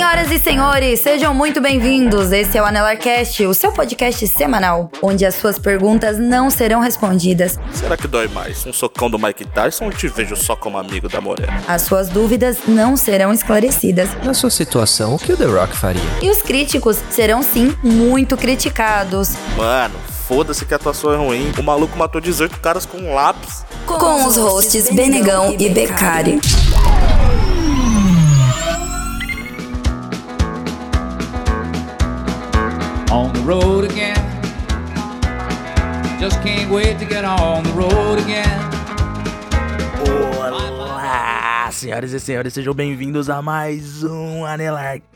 Senhoras e senhores, sejam muito bem-vindos. Esse é o AnelarCast, o seu podcast semanal, onde as suas perguntas não serão respondidas. Será que dói mais? Um socão do Mike Tyson ou te vejo só como amigo da Morena? As suas dúvidas não serão esclarecidas. Na sua situação, o que o The Rock faria? E os críticos serão sim muito criticados. Mano, foda-se que a atuação é ruim. O maluco matou 18 caras com um lápis. Com os hosts Benegão e Beccari. On the road again. Just can't wait to get on the road again. Olá, senhoras e senhores, sejam bem-vindos a mais um AnelarCast.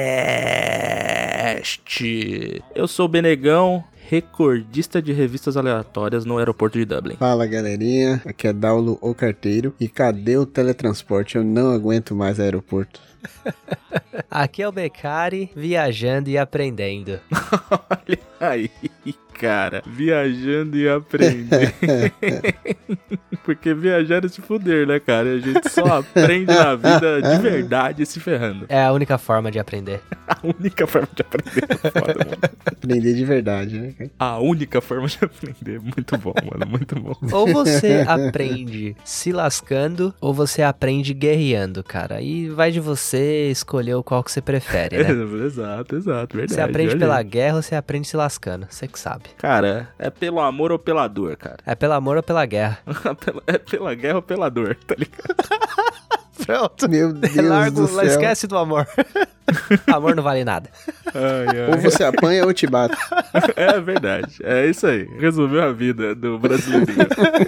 Eu sou o Benegão, recordista de revistas aleatórias no aeroporto de Dublin. Fala galerinha, aqui é Daulo, o carteiro. E cadê o teletransporte? Eu não aguento mais aeroporto. Aqui é o Beccari, viajando e aprendendo. Olha aí, cara, viajando e aprendendo. Porque viajar é se fuder, né, cara? A gente só aprende na vida de verdade se ferrando. É a única forma de aprender. A única forma de aprender é foda, mano. Aprender de verdade, né, cara? A única forma de aprender. Muito bom, mano, muito bom. Ou você aprende se lascando, ou você aprende guerreando, cara. E vai de você escolher o qual que você prefere, né? Exato, verdade. Você aprende olha pela aí. guerra ou você aprende se lascando? Você que sabe. Cara, é pelo amor ou pela dor, cara? É pelo amor ou pela guerra? É pela guerra ou pela dor, tá ligado? Pronto. Meu Deus Largo, do céu. esquece do amor. Amor não vale nada. Ou você apanha ou te bate. É verdade, é isso aí. Resumiu a vida do brasileirinho.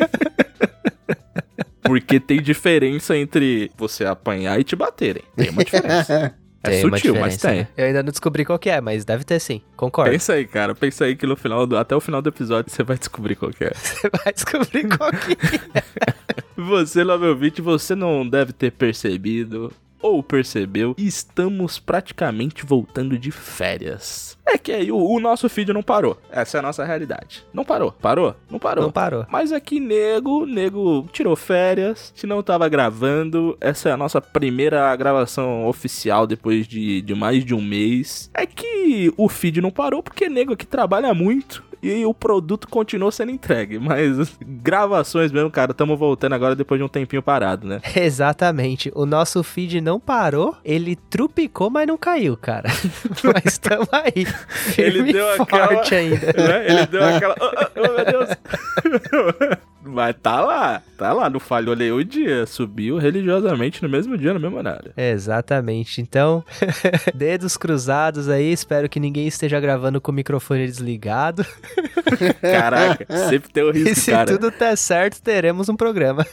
Porque tem diferença entre você apanhar e te baterem. Tem uma diferença. É Tem uma sutil, mas diferença, tem. né? Eu ainda não descobri qual que é, mas deve ter sim. Concordo. Pensa aí, cara. Pensa aí que no final até o final do episódio você vai descobrir qual que é. Você vai descobrir qual que é. Você, lá meu ouvinte, você não deve ter percebido ou percebeu, estamos praticamente voltando de férias. É que aí o nosso feed não parou. Essa é a nossa realidade. Não parou. Parou? Não parou. Não parou. Mas aqui, nego tirou férias, se não tava gravando, essa é a nossa primeira gravação oficial depois de mais de um mês. É que o feed não parou porque nego aqui trabalha muito e o produto continuou sendo entregue, mas gravações mesmo, cara, estamos voltando agora depois de um tempinho parado, né? Exatamente. O nosso feed não parou, ele trupicou, mas não caiu, cara. Mas estamos aí. Ele deu aquela... forte ainda. Né? Ele deu aquela... Oh, meu Deus. Mas tá lá, não falhou nenhum dia, subiu religiosamente no mesmo dia, no mesmo horário. Exatamente, então, dedos cruzados aí, espero que ninguém esteja gravando com o microfone desligado. Caraca, sempre tem o risco, E se cara. tudo der certo, teremos um programa.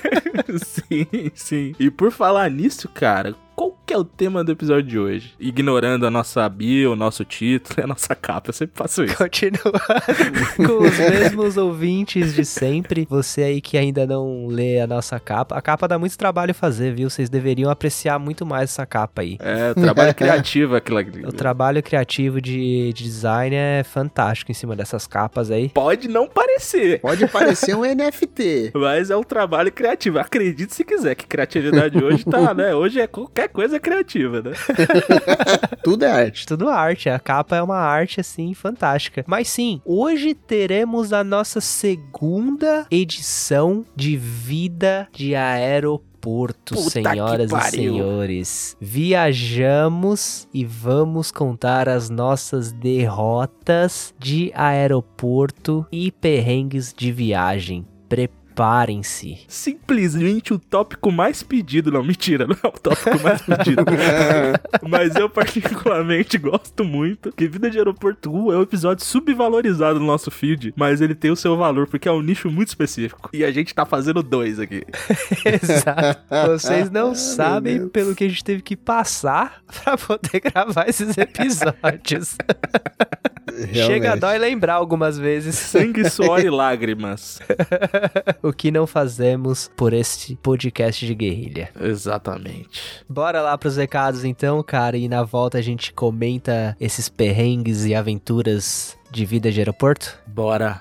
Sim. E por falar nisso, cara, qual que é o tema do episódio de hoje? Ignorando a nossa bio, o nosso título e a nossa capa, eu sempre faço isso. Continuando com os mesmos ouvintes de sempre, você aí que ainda não lê a nossa capa, a capa dá muito trabalho fazer, viu? Vocês deveriam apreciar muito mais essa capa aí. É, trabalho criativo aquilo ali. O trabalho criativo de design é fantástico em cima dessas capas aí. Pode não parecer, Pode parecer um NFT. mas é um trabalho criativo. Acredite se quiser que criatividade hoje tá, né? Hoje é qualquer coisa criativa, né? Tudo é arte. Tudo arte, a capa é uma arte assim fantástica. Mas sim, hoje teremos a nossa segunda edição de Vida de Aeroporto, Puta senhoras que e pariu. senhores. Viajamos e vamos contar as nossas derrotas de aeroporto e perrengues de viagem. Preparem-se. Simplesmente o tópico mais pedido. Não, mentira, não é o tópico mais pedido. Mas eu particularmente gosto muito, que Vida de Aeroporto é um episódio subvalorizado no nosso feed, mas ele tem o seu valor, porque é um nicho muito específico. E a gente tá fazendo 2 aqui. Exato. Vocês não sabem Deus. pelo que a gente teve que passar pra poder gravar esses episódios. Chega a dói lembrar algumas vezes. Sangue, suor e lágrimas. O que não fazemos por este podcast de guerrilha. Exatamente. Bora lá pros recados então, cara, e na volta a gente comenta esses perrengues e aventuras de vida de aeroporto? Bora.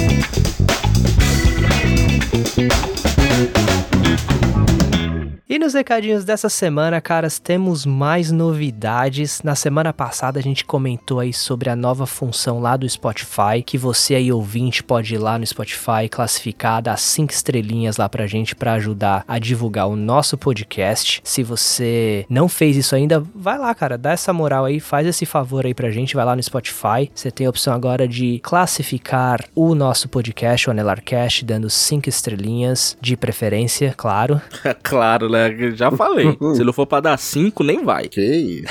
E nos os recadinhos dessa semana, caras, temos mais novidades. Na semana passada a gente comentou aí sobre a nova função lá do Spotify, que você aí ouvinte pode ir lá no Spotify, classificar, dar 5 estrelinhas lá pra gente pra ajudar a divulgar o nosso podcast. Se você não fez isso ainda, vai lá, cara, dá essa moral aí, faz esse favor aí pra gente, vai lá no Spotify. Você tem a opção agora de classificar o nosso podcast, o Anelarcast, dando 5 estrelinhas, de preferência, claro. Claro, né? Já falei. Se não for pra dar 5, nem vai. Que isso?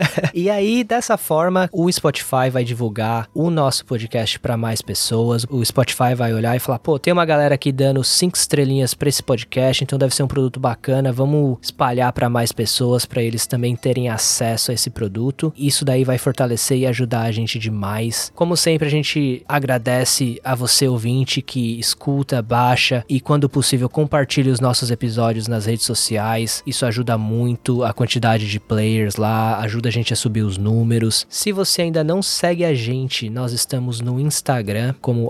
E aí, dessa forma, o Spotify vai divulgar o nosso podcast pra mais pessoas. O Spotify vai olhar e falar, pô, tem uma galera aqui dando 5 estrelinhas pra esse podcast, então deve ser um produto bacana, vamos espalhar pra mais pessoas, pra eles também terem acesso a esse produto. Isso daí vai fortalecer e ajudar a gente demais. Como sempre, a gente agradece a você, ouvinte, que escuta, baixa e, quando possível, compartilha os nossos episódios nas redes sociais. Isso ajuda muito a quantidade de players lá, ajuda a gente a subir os números. Se você ainda não segue a gente, nós estamos no Instagram como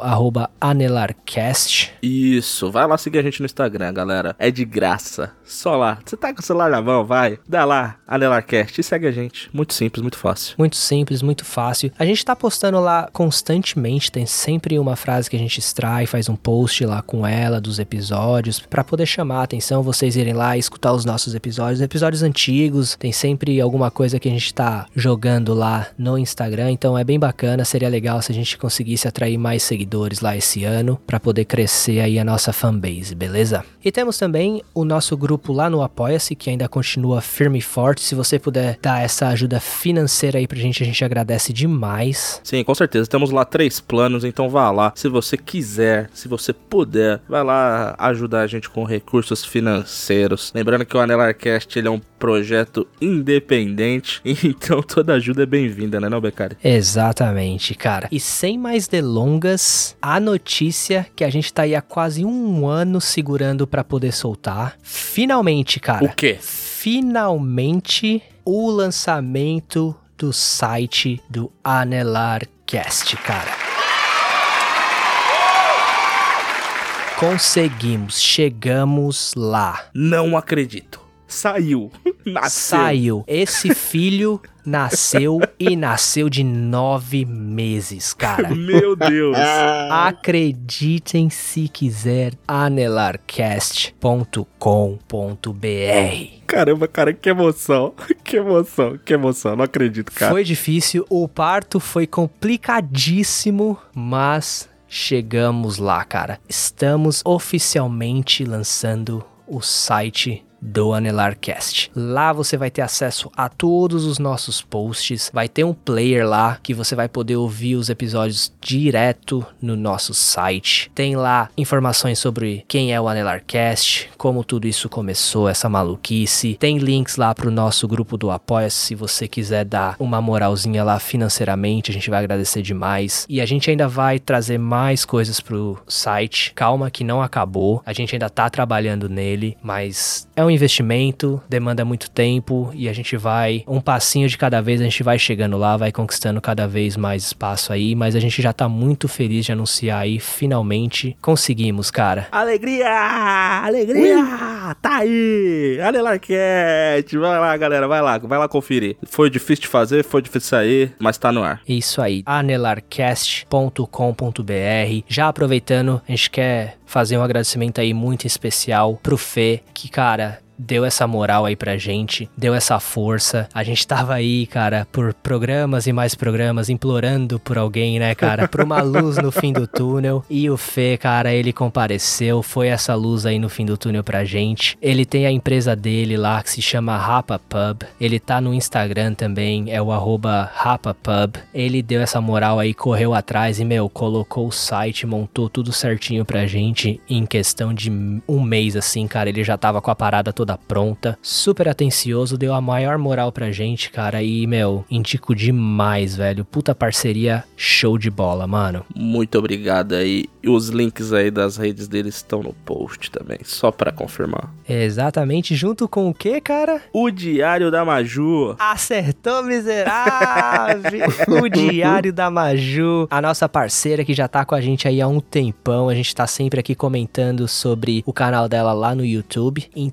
@anelarcast. Isso, vai lá seguir a gente no Instagram, galera. É de graça. Só lá. Você tá com o celular na mão, vai. Dá lá, Anelarcast, e segue a gente. Muito simples, muito fácil. Muito simples, muito fácil. A gente tá postando lá constantemente, tem sempre uma frase que a gente extrai, faz um post lá com ela, dos episódios, pra poder chamar a atenção, vocês irem lá e escutar os nossos episódios antigos, tem sempre alguma coisa que a gente tá jogando lá no Instagram, então é bem bacana, seria legal se a gente conseguisse atrair mais seguidores lá esse ano, pra poder crescer aí a nossa fanbase, beleza? E temos também o nosso grupo lá no Apoia-se, que ainda continua firme e forte. Se você puder dar essa ajuda financeira aí pra gente, a gente agradece demais. Sim, com certeza. Temos lá 3 planos, então vá lá. Se você quiser, se você puder, vai lá ajudar a gente com recursos financeiros. Lembrando que o Anelarcast, ele é um projeto independente, então toda ajuda é bem-vinda, né, não, Beccari? Exatamente, cara. E sem mais delongas, a notícia que a gente tá aí há quase um ano segurando pra poder soltar. Finalmente, cara. O quê? Finalmente, o lançamento do site do Anelarcast, cara. Conseguimos, chegamos lá. Não acredito. Saiu. Nasceu. Saiu. Esse filho nasceu e nasceu de 9 meses, cara. Meu Deus. Acreditem se quiser, anelarcast.com.br. Caramba, cara, que emoção. Que emoção, que emoção. Não acredito, cara. Foi difícil, o parto foi complicadíssimo, mas chegamos lá, cara. Estamos oficialmente lançando o site do Anelarcast. Lá você vai ter acesso a todos os nossos posts, vai ter um player lá que você vai poder ouvir os episódios direto no nosso site. Tem lá informações sobre quem é o Anelarcast, como tudo isso começou, essa maluquice. Tem links lá pro nosso grupo do Apoia-se, se você quiser dar uma moralzinha lá financeiramente, a gente vai agradecer demais. E a gente ainda vai trazer mais coisas pro site. Calma que não acabou, a gente ainda tá trabalhando nele, mas é um investimento, demanda muito tempo e a gente vai, um passinho de cada vez, a gente vai chegando lá, vai conquistando cada vez mais espaço aí, mas a gente já tá muito feliz de anunciar aí, finalmente conseguimos, cara. Alegria! Alegria! Tá aí! Anelarcast! Vai lá, galera, vai lá conferir. Foi difícil de fazer, foi difícil sair, mas tá no ar. Isso aí, anelarcast.com.br. Já aproveitando, a gente quer fazer um agradecimento aí muito especial pro Fê, que, cara, deu essa moral aí pra gente, deu essa força. A gente tava aí, cara, por programas e mais programas, implorando por alguém, né, cara, por uma luz no fim do túnel. E o Fê, cara, ele compareceu, foi essa luz aí no fim do túnel pra gente. Ele tem a empresa dele lá, que se chama Rapa Pub. Ele tá no Instagram também, é o @rapapub. Ele deu essa moral aí, correu atrás e, meu, colocou o site, montou tudo certinho pra gente em questão de um mês, assim, cara. Ele já tava com a parada toda pronta, super atencioso, deu a maior moral pra gente, cara, e, meu, indico demais, velho, puta parceria, show de bola, mano. Muito obrigado aí, e os links aí das redes deles estão no post também, só pra confirmar. Exatamente, junto com o que, cara? O Diário da Maju. Acertou, miserável! O Diário da Maju, a nossa parceira que já tá com a gente aí há um tempão, a gente tá sempre aqui comentando sobre o canal dela lá no YouTube, então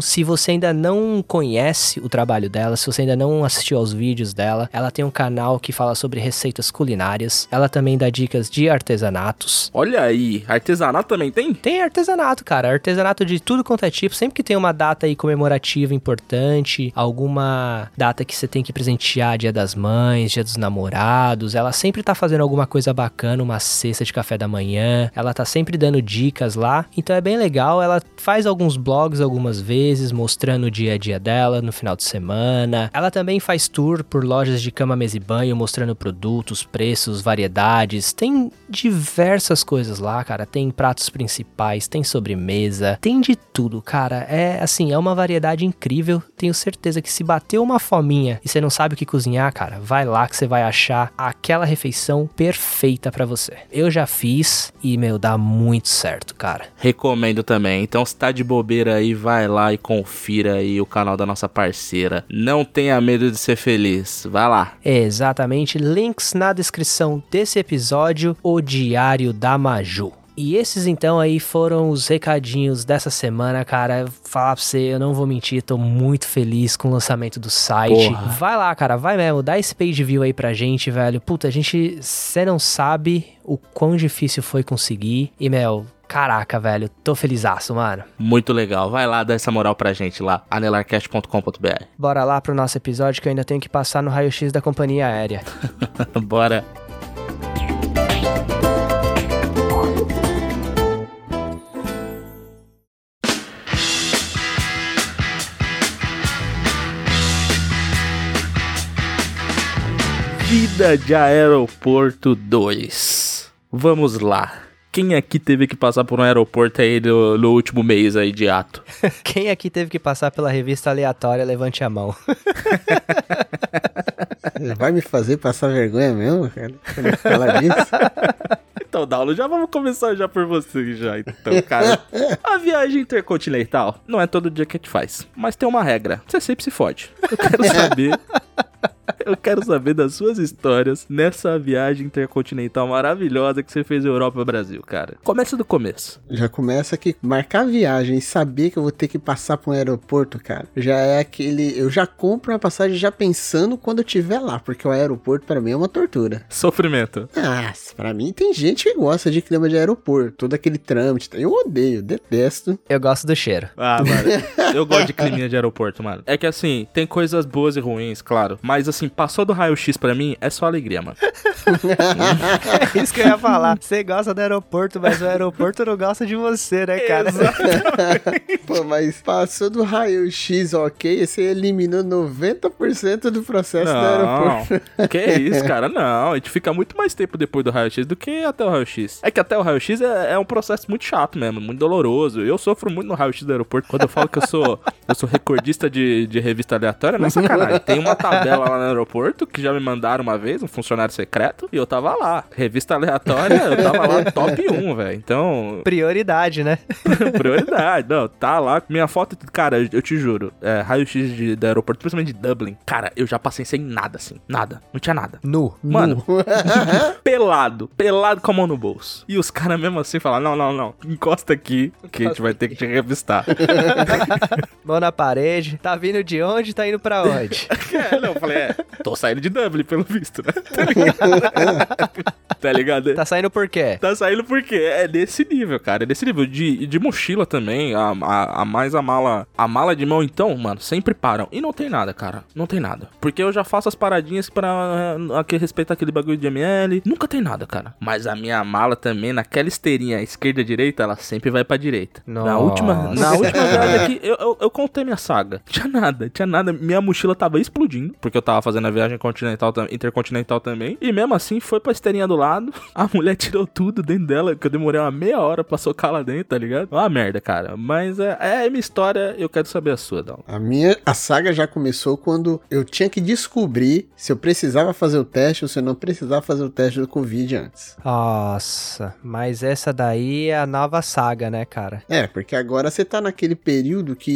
Se você ainda não conhece o trabalho dela, se você ainda não assistiu aos vídeos dela, ela tem um canal que fala sobre receitas culinárias. Ela também dá dicas de artesanatos. Olha aí, artesanato também tem? Tem artesanato, cara. Artesanato de tudo quanto é tipo. Sempre que tem uma data aí comemorativa importante, alguma data que você tem que presentear, Dia das Mães, Dia dos Namorados, ela sempre tá fazendo alguma coisa bacana, uma cesta de café da manhã. Ela tá sempre dando dicas lá. Então é bem legal. Ela faz alguns blogs algumas vezes, mostrando o dia a dia dela no final de semana. Ela também faz tour por lojas de cama, mesa e banho, mostrando produtos, preços, variedades. Tem diversas coisas lá, cara. Tem pratos principais, tem sobremesa, tem de tudo, cara. É assim, é uma variedade incrível. Tenho certeza que se bater uma fominha e você não sabe o que cozinhar, cara, vai lá que você vai achar aquela refeição perfeita pra você. Eu já fiz e, meu, dá muito certo, cara. Recomendo também. Então, se tá de bobeira aí, vai lá e confira aí o canal da nossa parceira. Não tenha medo de ser feliz. Vai lá. Exatamente. Links na descrição desse episódio, o Diário da Maju. E esses então aí foram os recadinhos dessa semana, cara. Falar pra você, eu não vou mentir, tô muito feliz com o lançamento do site. Porra. Vai lá, cara, vai mesmo, dá esse page view aí pra gente, velho. Puta, cê não sabe o quão difícil foi conseguir. E, meu, caraca, velho, tô felizaço, mano. Muito legal. Vai lá, dá essa moral pra gente lá, anelarcast.com.br. Bora lá pro nosso episódio que eu ainda tenho que passar no raio-x da companhia aérea. Bora. Vida de Aeroporto 2. Vamos lá. Quem aqui teve que passar por um aeroporto aí no último mês aí de ato? Quem aqui teve que passar pela revista aleatória, levante a mão. Vai me fazer passar vergonha mesmo, cara? Quando eu falar disso? Então, Daulo, já vamos começar já por você já. Então, cara, a viagem intercontinental não é todo dia que a gente faz, mas tem uma regra. Você sempre se fode. Eu quero saber das suas histórias nessa viagem intercontinental maravilhosa que você fez Europa-Brasil, cara. Começa do começo. Já começa que marcar a viagem e saber que eu vou ter que passar por um aeroporto, cara, já é aquele... Eu já compro uma passagem já pensando quando eu estiver lá, porque o aeroporto pra mim é uma tortura. Sofrimento. Ah, pra mim tem gente que gosta de clima de aeroporto, todo aquele trâmite. Eu odeio, detesto. Eu gosto do cheiro. Ah, mano, eu gosto de climinha de aeroporto, mano. É que assim, tem coisas boas e ruins, claro, mas assim, passou do raio-x pra mim, é só alegria, mano. É isso que eu ia falar. Você gosta do aeroporto, mas o aeroporto não gosta de você, né, cara? Pô, mas passou do raio-x, ok, você eliminou 90% do processo do aeroporto. Que isso, cara, não. A gente fica muito mais tempo depois do raio-x do que até o raio-x. É que até o raio-x é um processo muito chato mesmo, muito doloroso. Eu sofro muito no raio-x do aeroporto. Quando eu falo que eu sou recordista de revista aleatória, não é sacanagem. Tem uma tabela lá no aeroporto que já me mandaram uma vez, um funcionário secreto, e eu tava lá. Revista aleatória, eu tava lá top 1, velho. Então... Prioridade, né? Prioridade. Não, tá lá. Minha foto, cara, eu te juro, raio-x do aeroporto, principalmente de Dublin, cara, eu já passei sem nada, assim. Nada. Não tinha nada. Nu. Mano, pelado com a mão no bolso. E os caras mesmo assim falam, não, encosta aqui que a gente vai ter que te revistar. Mão na parede. Tá vindo de onde? Tá indo pra onde? Não, eu falei, tô saindo de Dublin, pelo visto, né? Tá ligado? Tá ligado? Tá saindo por quê? Tá saindo por quê? É desse nível, cara. É desse nível. De mochila também. A mala de mão, então, mano, sempre param. E não tem nada, cara. Não tem nada. Porque eu já faço as paradinhas pra respeitar aquele bagulho de ML. Nunca tem nada, cara. Mas a minha mala também, naquela esteirinha esquerda e direita, ela sempre vai pra direita. Nossa. Na última viagem aqui, eu contei minha saga. Tinha nada. Minha mochila tava explodindo, porque eu tava fazendo a viagem intercontinental também. E mesmo assim, foi pra esteirinha do lado. A mulher tirou tudo dentro dela, que eu demorei uma meia hora pra socar lá dentro, tá ligado? Uma merda, cara. Mas é minha história, eu quero saber a sua, Dal. A saga já começou quando eu tinha que descobrir se eu precisava fazer o teste ou se eu não precisava fazer o teste do Covid antes. Nossa, mas essa daí é a nova saga, né, cara? Porque agora você tá naquele período que tem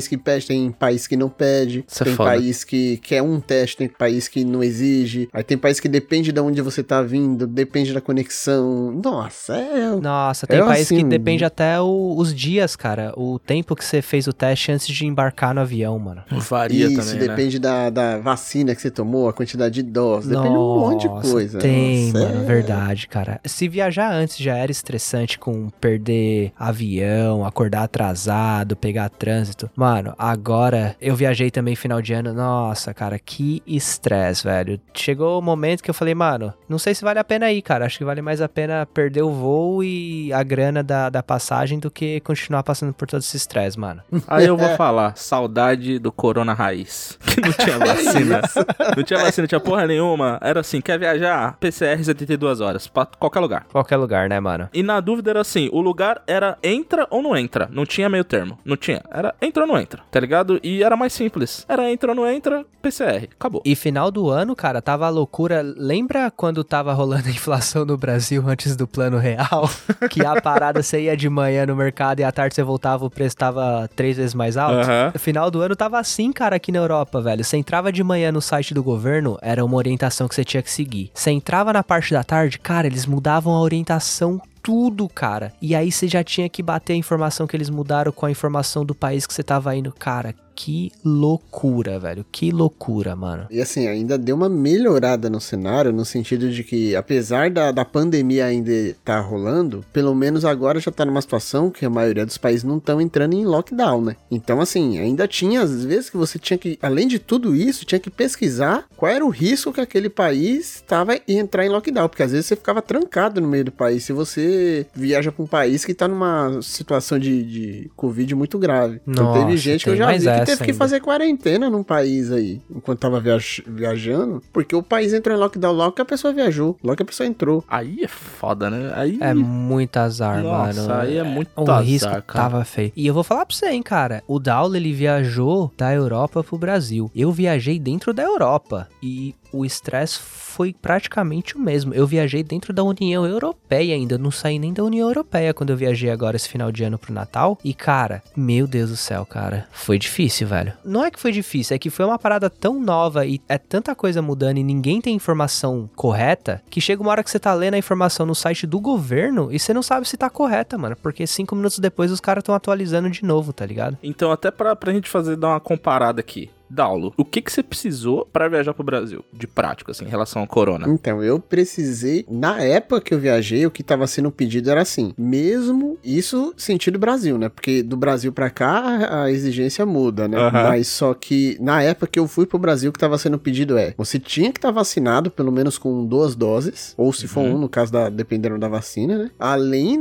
país que pede, tem país que não pede. Isso é tem foda. país que quer um teste, tem país que não exige. Aí tem país que depende de onde você tá vindo, depende da conexão. Nossa, Nossa, tem é país assim, que depende até os dias, cara. O tempo que você fez o teste antes de embarcar no avião, mano. Varia isso, também, né? depende da vacina que você tomou, a quantidade de doses, depende de um monte de coisa. Tem, Nossa, mano, verdade, cara. Se viajar antes já era estressante com perder avião, acordar atrasado, pegar trânsito. Mano, agora eu viajei também final de ano. Nossa, cara, que estresse, velho. Chegou o momento que eu falei, mano, não sei se vale a pena ir, cara. Acho que vale mais a pena perder o voo e a grana da passagem do que continuar passando por todo esse estresse, mano. Aí eu vou falar, saudade do Corona Raiz. Que não tinha vacina. Não tinha vacina, tinha porra nenhuma. Era assim, quer viajar? PCR 72 horas, pra qualquer lugar. Qualquer lugar, né, mano? E na dúvida era assim, o lugar era entra ou não entra. Não tinha meio termo. Não tinha. Era entra ou não entra, tá ligado? E era mais simples. Era entra ou não entra, PCR. Acabou. E final do ano, cara, tava a loucura. Lembra quando tava rolando a inflação no Brasil antes do plano real? Que a parada você ia de manhã no mercado e à tarde você voltava, o preço tava 3 vezes mais alto? Aham. No final do ano tava assim, cara, aqui na Europa, velho. Você entrava de manhã no site do governo, era uma orientação que você tinha que seguir. Você entrava na parte da tarde, cara, eles mudavam a orientação tudo, cara. E aí você já tinha que bater a informação que eles mudaram com a informação do país que você tava indo. Cara, que loucura, velho. Que loucura, mano. E assim, ainda deu uma melhorada no cenário, no sentido de que, apesar da pandemia ainda tá rolando, pelo menos agora já tá numa situação que a maioria dos países não estão entrando em lockdown, né? Então, assim, ainda tinha, às vezes, que você tinha que, além de tudo isso, tinha que pesquisar qual era o risco que aquele país estava em entrar em lockdown, porque às vezes você ficava trancado no meio do país, se você viaja pra um país que tá numa situação de Covid muito grave. Então Nossa, teve gente que eu tem já mais vi que essa teve que ainda. fazer quarentena num país aí, enquanto tava viajando, porque o país entrou em lockdown logo que a pessoa viajou, logo que a pessoa entrou. Aí é foda, né? Aí... É muito azar, Nossa, mano. aí é muito O azar, risco cara. tava feio. E eu vou falar pra você, hein, cara. O Daulo, ele viajou da Europa pro Brasil. Eu viajei dentro da Europa. E o estresse foi praticamente o mesmo. Eu viajei dentro da União Europeia ainda. Eu não saí nem da União Europeia quando eu viajei agora esse final de ano pro Natal. E, cara, meu Deus do céu, cara. Foi difícil, velho. Não é que foi difícil, é que foi uma parada tão nova e é tanta coisa mudando e ninguém tem informação correta que chega uma hora que você tá lendo a informação no site do governo e você não sabe se tá correta, mano. Porque 5 minutos depois os caras estão atualizando de novo, tá ligado? Então, até pra gente dar uma comparada aqui. Daulo, o que você precisou pra viajar pro Brasil? De prático, assim, em relação ao corona? Então, eu precisei, na época que eu viajei, o que tava sendo pedido era assim, mesmo isso sentido Brasil, né? Porque do Brasil pra cá, a exigência muda, né? Aham. Mas só que, na época que eu fui pro Brasil, o que tava sendo pedido você tinha que estar vacinado, pelo menos com 2 doses, ou se for no caso dependendo da vacina, né? Além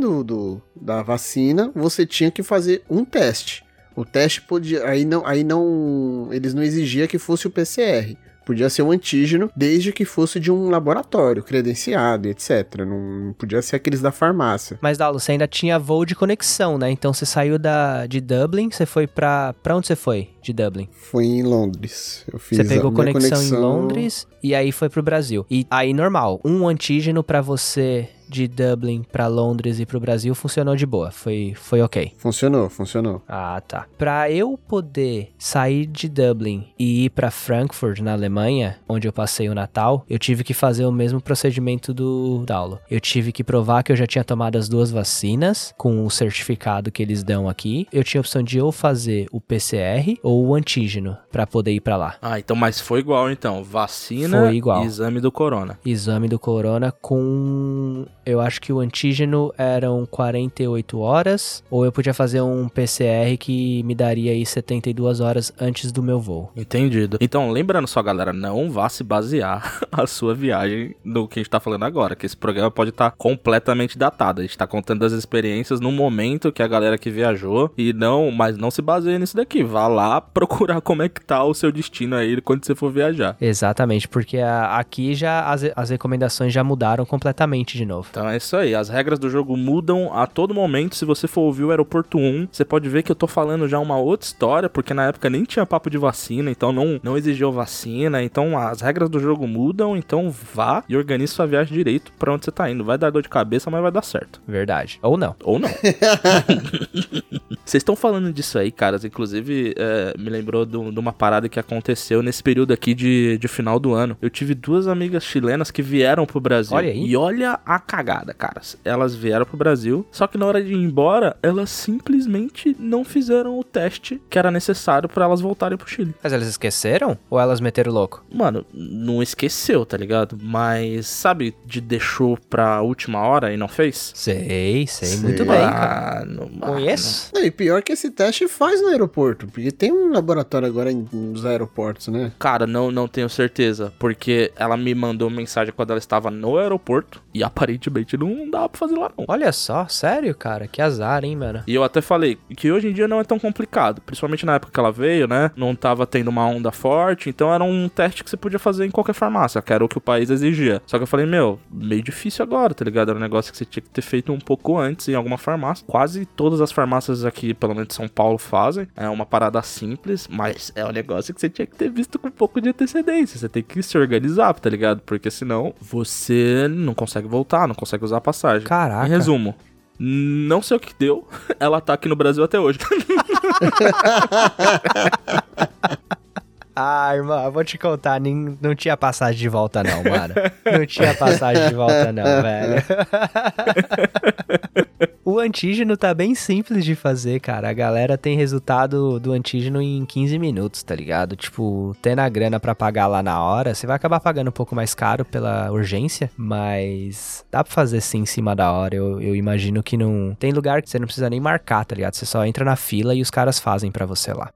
da vacina, você tinha que fazer um teste. O teste podia, eles não exigiam que fosse o PCR. Podia ser um antígeno, desde que fosse de um laboratório credenciado, etc. Não podia ser aqueles da farmácia. Mas, Daulo, você ainda tinha voo de conexão, né? Então você saiu de Dublin, você foi pra onde você foi de Dublin? Foi em Londres. Eu fiz Você pegou a minha conexão em Londres e aí foi pro Brasil. E aí, normal, um antígeno pra você de Dublin pra Londres e pro Brasil funcionou de boa. Foi ok. Funcionou. Ah, tá. Pra eu poder sair de Dublin e ir pra Frankfurt, na Alemanha, onde eu passei o Natal, eu tive que fazer o mesmo procedimento do Daulo. Eu tive que provar que eu já tinha tomado as 2 vacinas, com o certificado que eles dão aqui. Eu tinha a opção de ou fazer o PCR ou o antígeno pra poder ir pra lá. Ah, então, mas foi igual, então. Vacina Foi igual. e exame do corona. Exame do corona com... Eu acho que o antígeno eram 48 horas, ou eu podia fazer um PCR que me daria aí 72 horas antes do meu voo. Entendido. Então, lembrando só, galera, não vá se basear a sua viagem no que a gente tá falando agora, que esse programa pode estar completamente datado. A gente tá contando as experiências no momento que a galera que viajou, mas não se baseie nisso daqui. Vá lá procurar como é que tá o seu destino aí quando você for viajar. Exatamente, porque aqui já as recomendações já mudaram completamente de novo. Então é isso aí, as regras do jogo mudam a todo momento. Se você for ouvir o Aeroporto 1, você pode ver que eu tô falando já uma outra história, porque na época nem tinha papo de vacina, então não exigiu vacina, então as regras do jogo mudam, então vá e organize sua viagem direito pra onde você tá indo. Vai dar dor de cabeça, mas vai dar certo. Verdade. Ou não. Ou não. Vocês estão falando disso aí, caras, inclusive me lembrou de uma parada que aconteceu nesse período aqui de final do ano. Eu tive 2 amigas chilenas que vieram pro Brasil. Olha aí. E olha a cagada, caras. Elas vieram pro Brasil, só que na hora de ir embora, elas simplesmente não fizeram o teste que era necessário pra elas voltarem pro Chile. Mas elas esqueceram? Ou elas meteram o louco? Mano, não esqueceu, tá ligado? Mas, sabe, deixou pra última hora e não fez? Sei, Sei. muito bem, cara. Mano. Conheço? Não, e pior que esse teste faz no aeroporto, porque tem um laboratório agora nos aeroportos, né? Cara, não tenho certeza, porque ela me mandou mensagem quando ela estava no aeroporto e aparentemente não dava pra fazer lá não. Olha só, sério, cara? Que azar, hein, mano? E eu até falei que hoje em dia não é tão complicado, principalmente na época que ela veio, né? Não tava tendo uma onda forte, então era um teste que você podia fazer em qualquer farmácia, que era o que o país exigia. Só que eu falei, meio difícil agora, tá ligado? Era um negócio que você tinha que ter feito um pouco antes em alguma farmácia. Quase todas as farmácias aqui, pelo menos de São Paulo, fazem. É uma parada simples, mas é um negócio que você tinha que ter visto com um pouco de antecedência. Você tem que se organizar, tá ligado? Porque senão você não consegue voltar, não consegue usar a passagem. Caraca. Em resumo, não sei o que deu, ela tá aqui no Brasil até hoje. Ah, irmão, eu vou te contar, não tinha passagem de volta não, mano. Não tinha passagem de volta não, velho. O antígeno tá bem simples de fazer, cara. A galera tem resultado do antígeno em 15 minutos, tá ligado? Tipo, tendo a grana pra pagar lá na hora, você vai acabar pagando um pouco mais caro pela urgência, mas dá pra fazer sim em cima da hora. Eu imagino que não... Tem lugar que você não precisa nem marcar, tá ligado? Você só entra na fila e os caras fazem pra você lá.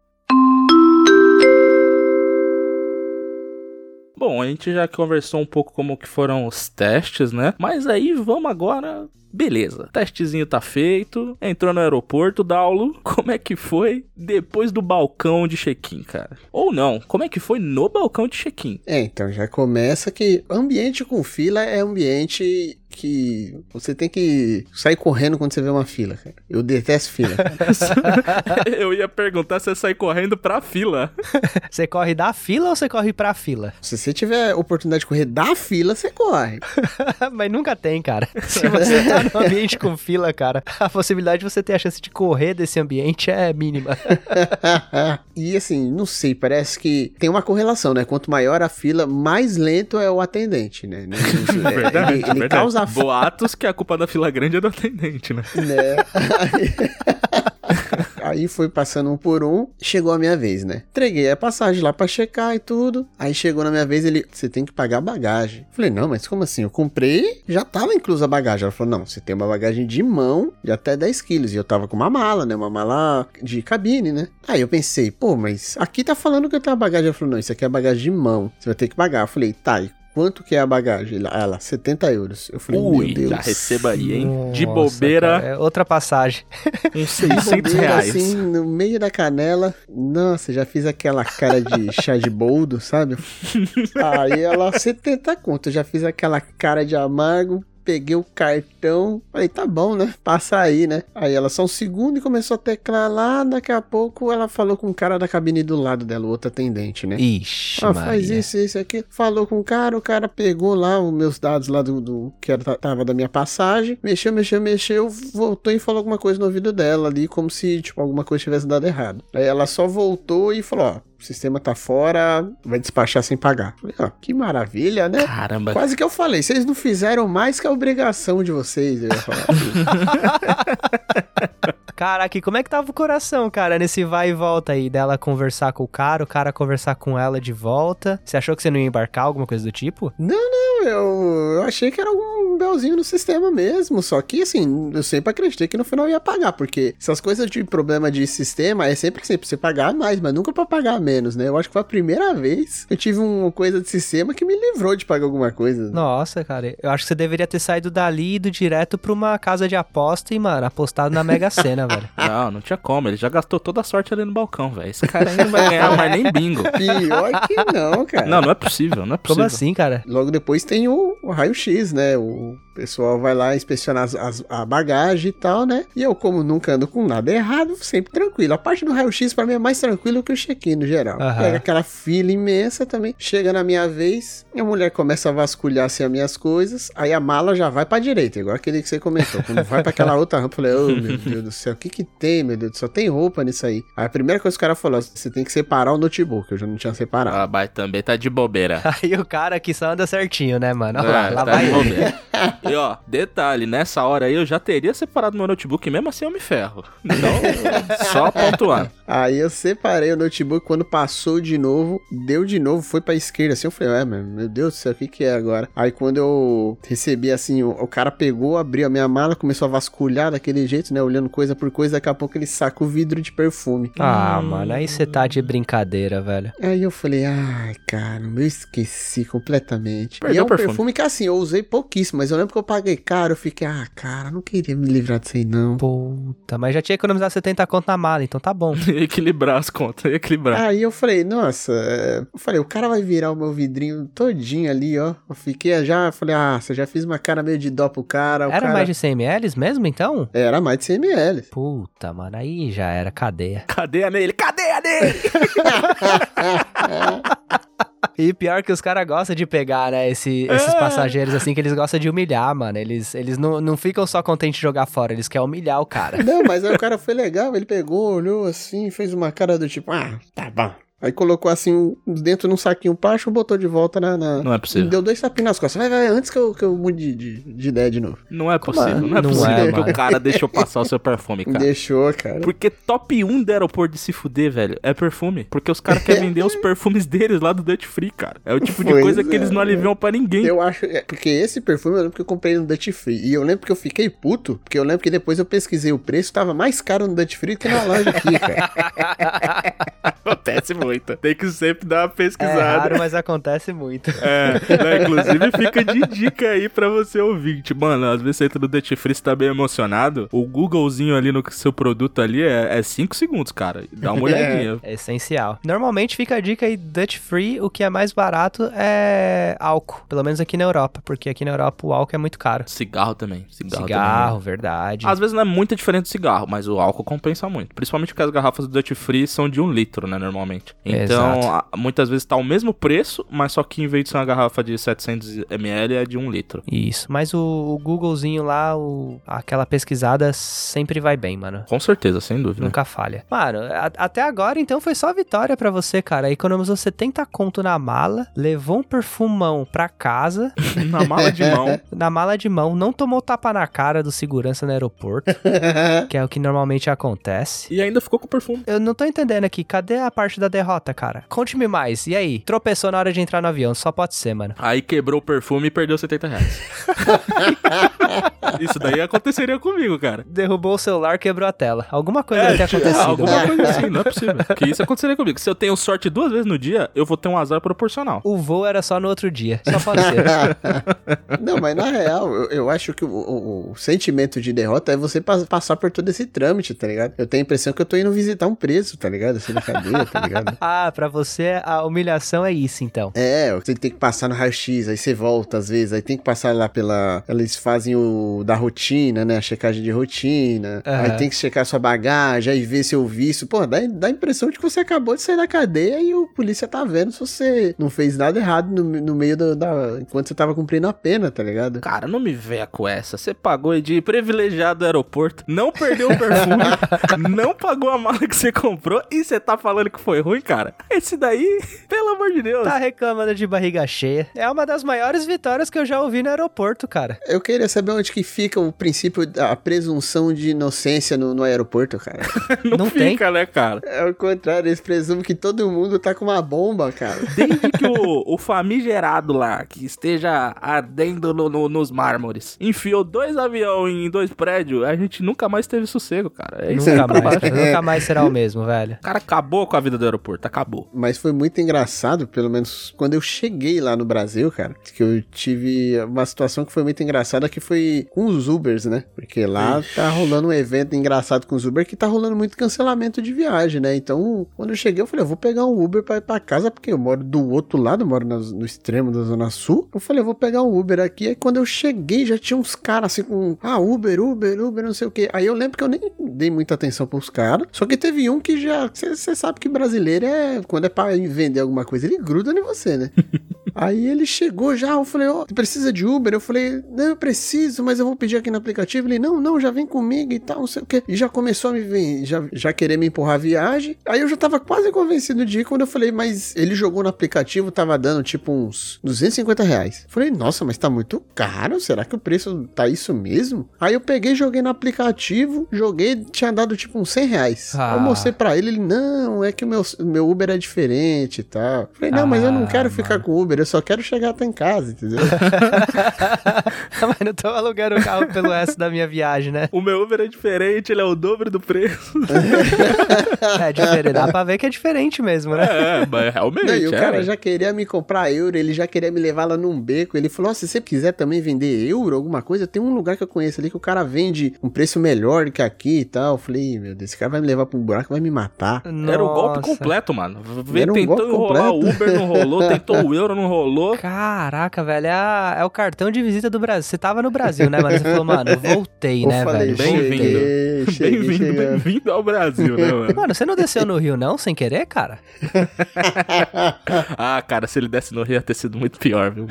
Bom, a gente já conversou um pouco como que foram os testes, né? Mas aí vamos agora... Beleza, testezinho tá feito, entrou no aeroporto, Daulo, como é que foi depois do balcão de check-in, cara? Ou não, como é que foi no balcão de check-in? Então já começa que ambiente com fila é ambiente que você tem que sair correndo quando você vê uma fila, cara. Eu detesto fila. Eu ia perguntar se você sai correndo pra fila. Você corre da fila ou você corre pra fila? Se você tiver oportunidade de correr da fila, você corre. Mas nunca tem, cara. Se você tá num ambiente com fila, cara, a possibilidade de você ter a chance de correr desse ambiente é mínima. E assim, não sei, parece que tem uma correlação, né? Quanto maior a fila, mais lento é o atendente, né? Verdade, ele verdade. causa... Boatos que a culpa da fila grande é do atendente, né? Aí foi passando um por um, chegou a minha vez, né? Entreguei a passagem lá pra checar e tudo. Aí chegou na minha vez, você tem que pagar a bagagem. Falei, não, mas como assim? Eu comprei, já tava inclusa a bagagem. Ela falou, não, você tem uma bagagem de mão de até 10 quilos. E eu tava com uma mala, né? Uma mala de cabine, né? Aí eu pensei, pô, mas aqui tá falando que eu tenho a bagagem. Ela falou, não, isso aqui é bagagem de mão. Você vai ter que pagar. Eu falei, tá, e quanto que é a bagagem? Ela, 70 euros. Eu falei, meu Deus. Já receba aí, hein? Nossa, de bobeira. Cara, é outra passagem. Uns 600 reais. Assim, no meio da canela. Nossa, já fiz aquela cara de chá de boldo, sabe? Aí ela, 70 conto. Eu já fiz aquela cara de amargo. Peguei o cartão, falei, tá bom, né? Passa aí, né? Aí ela só um segundo e começou a teclar lá. Daqui a pouco ela falou com o cara da cabine do lado dela, o outro atendente, né? Ixi, faz isso aqui. Falou com o cara pegou lá os meus dados lá do que tava da minha passagem. Mexeu, voltou e falou alguma coisa no ouvido dela ali, como se, tipo, alguma coisa tivesse dado errado. Aí ela só voltou e falou, ó, o sistema tá fora, vai despachar sem pagar. Falei, ó, que maravilha, né? Caramba. Quase que eu falei, vocês não fizeram mais que a obrigação de vocês, eu ia falar. Caraca, e como é que tava o coração, cara, nesse vai e volta aí, dela conversar com o cara conversar com ela de volta? Você achou que você não ia embarcar, alguma coisa do tipo? Não, eu achei que era algum belzinho no sistema mesmo, só que assim, eu sempre acreditei que no final ia pagar, porque essas coisas de problema de sistema é sempre pra você pagar mais, mas nunca pra pagar menos, né? Eu acho que foi a primeira vez que eu tive uma coisa de sistema que me livrou de pagar alguma coisa. Nossa, cara, eu acho que você deveria ter saído dali e ido direto pra uma casa de aposta e, mano, apostado na Mega Sena, velho. Não tinha como, ele já gastou toda a sorte ali no balcão, velho. Esse cara aí não vai ganhar mais nem bingo. Pior que não, cara. Não é possível, não é possível. Como assim, cara? Logo depois tem o raio-x, né? o pessoal vai lá inspecionar a bagagem e tal, né? E eu, como nunca ando com nada errado, sempre tranquilo. A parte do raio-x pra mim é mais tranquilo que o check-in no geral. Pega aquela fila imensa também. Chega na minha vez, e a mulher começa a vasculhar assim as minhas coisas, aí a mala já vai pra direita, igual aquele que você comentou. Quando vai pra aquela outra rampa, eu falei, oh, meu Deus do céu, o que tem, meu Deus do céu? Tem roupa nisso aí. Aí a primeira coisa que o cara falou, você tem que separar o notebook, eu já não tinha separado. Ah, mas também tá de bobeira. Aí o cara aqui só anda certinho, né, mano? Olha lá Tá vai de ele. bobeira. E ó, detalhe, nessa hora aí eu já teria separado meu notebook, mesmo assim eu me ferro. Então, só pontuar. Aí eu separei o notebook, quando passou de novo, deu de novo, foi pra esquerda, assim, eu falei, meu Deus do céu, o que é agora? Aí quando eu recebi, assim, o cara pegou, abriu a minha mala, começou a vasculhar daquele jeito, né, olhando coisa por coisa, daqui a pouco ele saca o vidro de perfume. Ah, mano, aí você tá de brincadeira, velho. Aí eu falei, ai, cara, eu esqueci completamente. Perdeu e é um o perfume. perfume que, assim, eu usei pouquíssimo, mas eu lembro que eu paguei caro, eu fiquei, cara, não queria me livrar disso aí, não. Puta, mas já tinha economizado 70 conto na mala, então tá bom. Equilibrar as contas, equilibrar. Aí eu falei, nossa, o cara vai virar o meu vidrinho todinho ali, ó. Eu fiquei já, falei, você já fiz uma cara meio de dó pro cara. Era mais de 100 ml mesmo, então? Era mais de 100 ml. Puta, mano, aí já era cadeia. Cadeia nele, cadeia nele! E pior que os caras gostam de pegar, né, esses passageiros assim, que eles gostam de humilhar, mano. Eles não ficam só contentes de jogar fora, eles querem humilhar o cara. Não, mas aí o cara foi legal, ele pegou, olhou assim, fez uma cara do tipo, tá bom. Aí colocou assim, dentro num saquinho plástico, botou de volta Não é possível. E deu 2 tapinhas nas costas. Vai, antes que eu mude de ideia de novo. Não é possível, não é Não possível é, que mano. o cara deixou passar o seu perfume, cara. Deixou, cara. Porque top 1 do aeroporto de se fuder, velho, é perfume. Porque os caras querem vender os perfumes deles lá do Duty Free, cara. É o tipo de Pois coisa é, que eles não aliviam pra ninguém. Eu acho, porque esse perfume eu lembro que eu comprei no Duty Free. E eu lembro que eu fiquei puto, porque eu lembro que depois eu pesquisei o preço, tava mais caro no Duty Free que na loja aqui, cara. Acontece muito. Tem que sempre dar uma É pesquisada. raro, mas acontece muito. Né, inclusive fica de dica aí pra você ouvinte. Mano, às vezes você entra no Duty Free, você tá bem emocionado, o Googlezinho ali no seu produto ali é 5 segundos, cara. Dá uma olhadinha. É essencial. Normalmente fica a dica aí, Duty Free, o que é mais barato é álcool. Pelo menos aqui na Europa, porque aqui na Europa o álcool é muito caro. Cigarro também. Cigarro, verdade. Às vezes não é muito diferente do cigarro, mas o álcool compensa muito. Principalmente porque as garrafas do Duty Free são de 1 litro, né, normalmente. Então, muitas vezes tá o mesmo preço, mas só que em vez de ser uma garrafa de 700 ml, é de 1 litro. Isso, mas o Googlezinho lá, aquela pesquisada sempre vai bem, mano. Com certeza, sem dúvida. Nunca falha. Mano, até agora, então, foi só vitória pra você, cara. Economizou 70 conto na mala, levou um perfumão pra casa. Na mala de mão. Na mala de mão, não tomou tapa na cara do segurança no aeroporto, que é o que normalmente acontece. E ainda ficou com perfume. Eu não tô entendendo aqui, cadê a parte da derrota, cara? Conte-me mais, e aí? Tropeçou na hora de entrar no avião, só pode ser, mano. Aí quebrou o perfume e perdeu 70 reais. Isso daí aconteceria comigo, cara. Derrubou o celular, quebrou a tela. Alguma coisa deve ter acontecido. Alguma coisa assim, não é possível. Que isso aconteceria comigo. Se eu tenho sorte 2 vezes no dia, eu vou ter um azar proporcional. O voo era só no outro dia, só pode ser. Não, mas na real, eu acho que o sentimento de derrota é você passar por todo esse trâmite, tá ligado? Eu tenho a impressão que eu tô indo visitar um preso, tá ligado? Assim, na cadeia, tá ligado? Ah, pra você a humilhação é isso, então. É, você tem que passar no raio-x, aí você volta às vezes, aí tem que passar lá eles fazem da rotina, né? A checagem de rotina. Uhum. Aí tem que checar sua bagagem, aí ver seu vício. Pô, dá a impressão de que você acabou de sair da cadeia e o polícia tá vendo se você não fez nada errado no meio enquanto você tava cumprindo a pena, tá ligado? Cara, não me venha com essa. Você pagou de privilegiado do aeroporto, não perdeu o perfume, não pagou a mala que você comprou e você tá falando que foi ruim, cara? Esse daí, pelo amor de Deus. Tá reclamando de barriga cheia. É uma das maiores vitórias que eu já ouvi no aeroporto, cara. Eu queria saber onde que fica o princípio da presunção de inocência no aeroporto, cara. Não fica, né, cara? É o contrário, eles presumem que todo mundo tá com uma bomba, cara. Desde que o famigerado lá, que esteja ardendo nos mármores, enfiou 2 aviões em 2 prédios, a gente nunca mais teve sossego, cara. É isso. Nunca mais será o mesmo, velho. O cara acabou com a vida do aeroporto. aeroporto, acabou. Mas foi muito engraçado, pelo menos quando eu cheguei lá no Brasil, cara, que eu tive uma situação que foi muito engraçada, que foi com os Ubers, né? Porque lá tá rolando um evento engraçado com os Uber, que tá rolando muito cancelamento de viagem, né? Então, quando eu cheguei, eu falei, eu vou pegar um Uber pra ir pra casa, porque eu moro do outro lado, eu moro no extremo da Zona Sul. Eu falei, eu vou pegar um Uber aqui. Aí quando eu cheguei, já tinha uns caras assim com, Uber, não sei o quê. Aí eu lembro que eu nem dei muita atenção pros caras, só que teve um que já, você sabe que brasileiro quando é pra vender alguma coisa, ele gruda em você, né? Aí ele chegou já, eu falei, você precisa de Uber? Eu falei, não, eu preciso, mas eu vou pedir aqui no aplicativo. Ele, não, já vem comigo e tal, não sei o quê. E já começou a já querer me empurrar a viagem. Aí eu já tava quase convencido de ir, quando eu falei, mas ele jogou no aplicativo, tava dando tipo uns R$250. Eu falei, nossa, mas tá muito caro, será que o preço tá isso mesmo? Aí eu peguei, joguei no aplicativo, tinha dado tipo uns R$100. Eu mostrei pra ele, não, é que o meu Uber é diferente e tal. Eu falei, não, mas eu não quero ficar com Uber, eu só quero chegar até em casa, entendeu? Mas não tô alugando o carro pelo resto da minha viagem, né? O meu Uber é diferente, ele é o dobro do preço. É diferente, dá pra ver que é diferente mesmo, né? Mas realmente. Não, e o cara já queria me comprar euro, ele já queria me levar lá num beco. Ele falou, se você quiser também vender euro, alguma coisa, tem um lugar que eu conheço ali que o cara vende um preço melhor do que aqui e tal. Eu falei, meu Deus, esse cara vai me levar pra um buraco, vai me matar. Nossa. Era o golpe completo, mano. Tentou enrolar o Uber, não rolou, tentou o euro, não rolou. Caraca, velho, é o cartão de visita do Brasil. Você tava no Brasil, né, mano? Você falou, mano, voltei, né, falei, velho? Bem-vindo ao Brasil, né, mano? Mano, você não desceu no Rio, não, sem querer, cara? Cara, se ele desse no Rio ia ter sido muito pior, viu?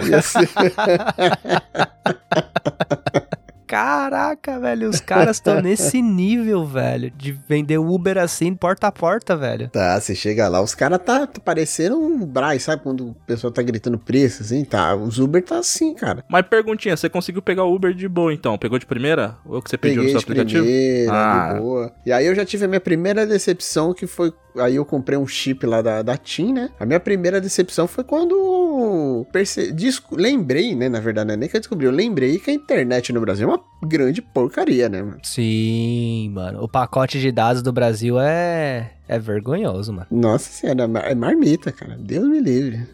Caraca, velho, os caras estão nesse nível, velho, de vender Uber assim, porta a porta, velho. Tá, você chega lá, os caras tá parecendo um Brás, sabe? Quando o pessoal tá gritando preço, assim, tá. Os Uber tá assim, cara. Mas perguntinha, você conseguiu pegar o Uber de boa, então? Pegou de primeira? Ou que você pediu no seu aplicativo? De boa. E aí eu já tive a minha primeira decepção, que foi... Aí eu comprei um chip lá da TIM, né? A minha primeira decepção foi quando lembrei, né? Na verdade, não é nem que eu descobri. Eu lembrei que a internet no Brasil é uma grande porcaria, né, mano? Sim, mano. O pacote de dados do Brasil é vergonhoso, mano. Nossa senhora, é marmita, cara. Deus me livre.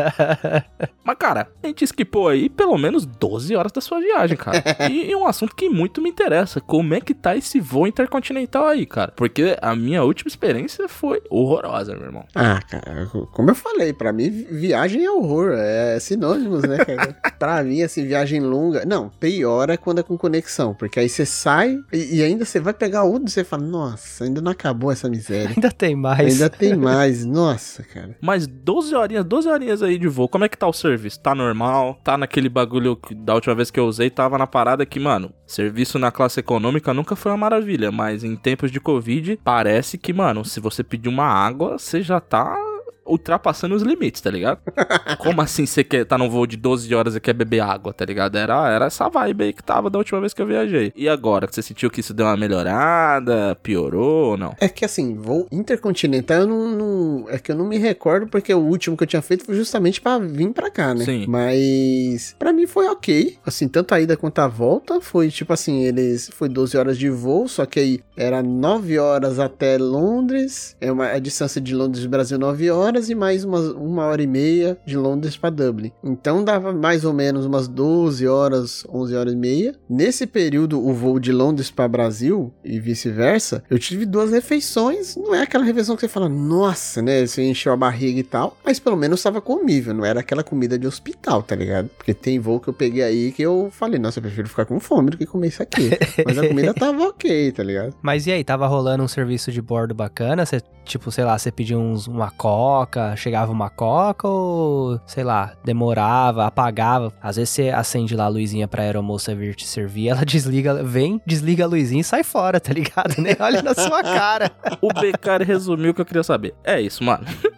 Mas, cara, a gente esquipou aí pelo menos 12 horas da sua viagem, cara. E um assunto que muito me interessa. Como é que tá esse voo intercontinental aí, cara? Porque a minha última experiência foi horrorosa, meu irmão. Cara, como eu falei, pra mim, viagem é horror. É sinônimos, né, cara? Pra mim, assim, viagem longa... Não, pior é quando é com conexão. Porque aí você sai e ainda você vai pegar outro e você fala, nossa, ainda não acabou essa miséria. Ainda tem mais. Ainda tem mais, nossa, cara. Mas 12 horinhas aí de voo, como é que tá o serviço? Tá normal? Tá naquele bagulho que da última vez que eu usei, tava na parada que, mano, serviço na classe econômica nunca foi uma maravilha, mas em tempos de Covid, parece que, mano, se você pedir uma água, você já tá ultrapassando os limites, tá ligado? Como assim você tá num voo de 12 horas e quer beber água, tá ligado? Era essa vibe aí que tava da última vez que eu viajei. E agora, você sentiu que isso deu uma melhorada? Piorou ou não? É que assim, voo intercontinental é que eu não me recordo, porque o último que eu tinha feito foi justamente pra vir pra cá, né? Sim. Mas pra mim foi ok. Assim, tanto a ida quanto a volta foi tipo assim, foi 12 horas de voo, só que aí era 9 horas até Londres, a distância de Londres do Brasil 9 horas, e mais uma hora e meia de Londres pra Dublin. Então dava mais ou menos umas 12 horas, 11 horas e meia. Nesse período, o voo de Londres pra Brasil e vice-versa, eu tive 2 refeições. Não é aquela refeição que você fala, nossa, né? Você encheu a barriga e tal, mas pelo menos tava comível, não era aquela comida de hospital, tá ligado? Porque tem voo que eu peguei aí que eu falei, nossa, eu prefiro ficar com fome do que comer isso aqui. Mas a comida tava ok, tá ligado? Mas e aí, tava rolando um serviço de bordo bacana? Você, tipo, sei lá, você pediu uma coca, chegava uma coca ou, sei lá, demorava, apagava. Às vezes você acende lá a luzinha pra aeromoça vir te servir, ela desliga a luzinha e sai fora, tá ligado? Nem olha na sua cara. O Beccari resumiu o que eu queria saber. É isso, mano.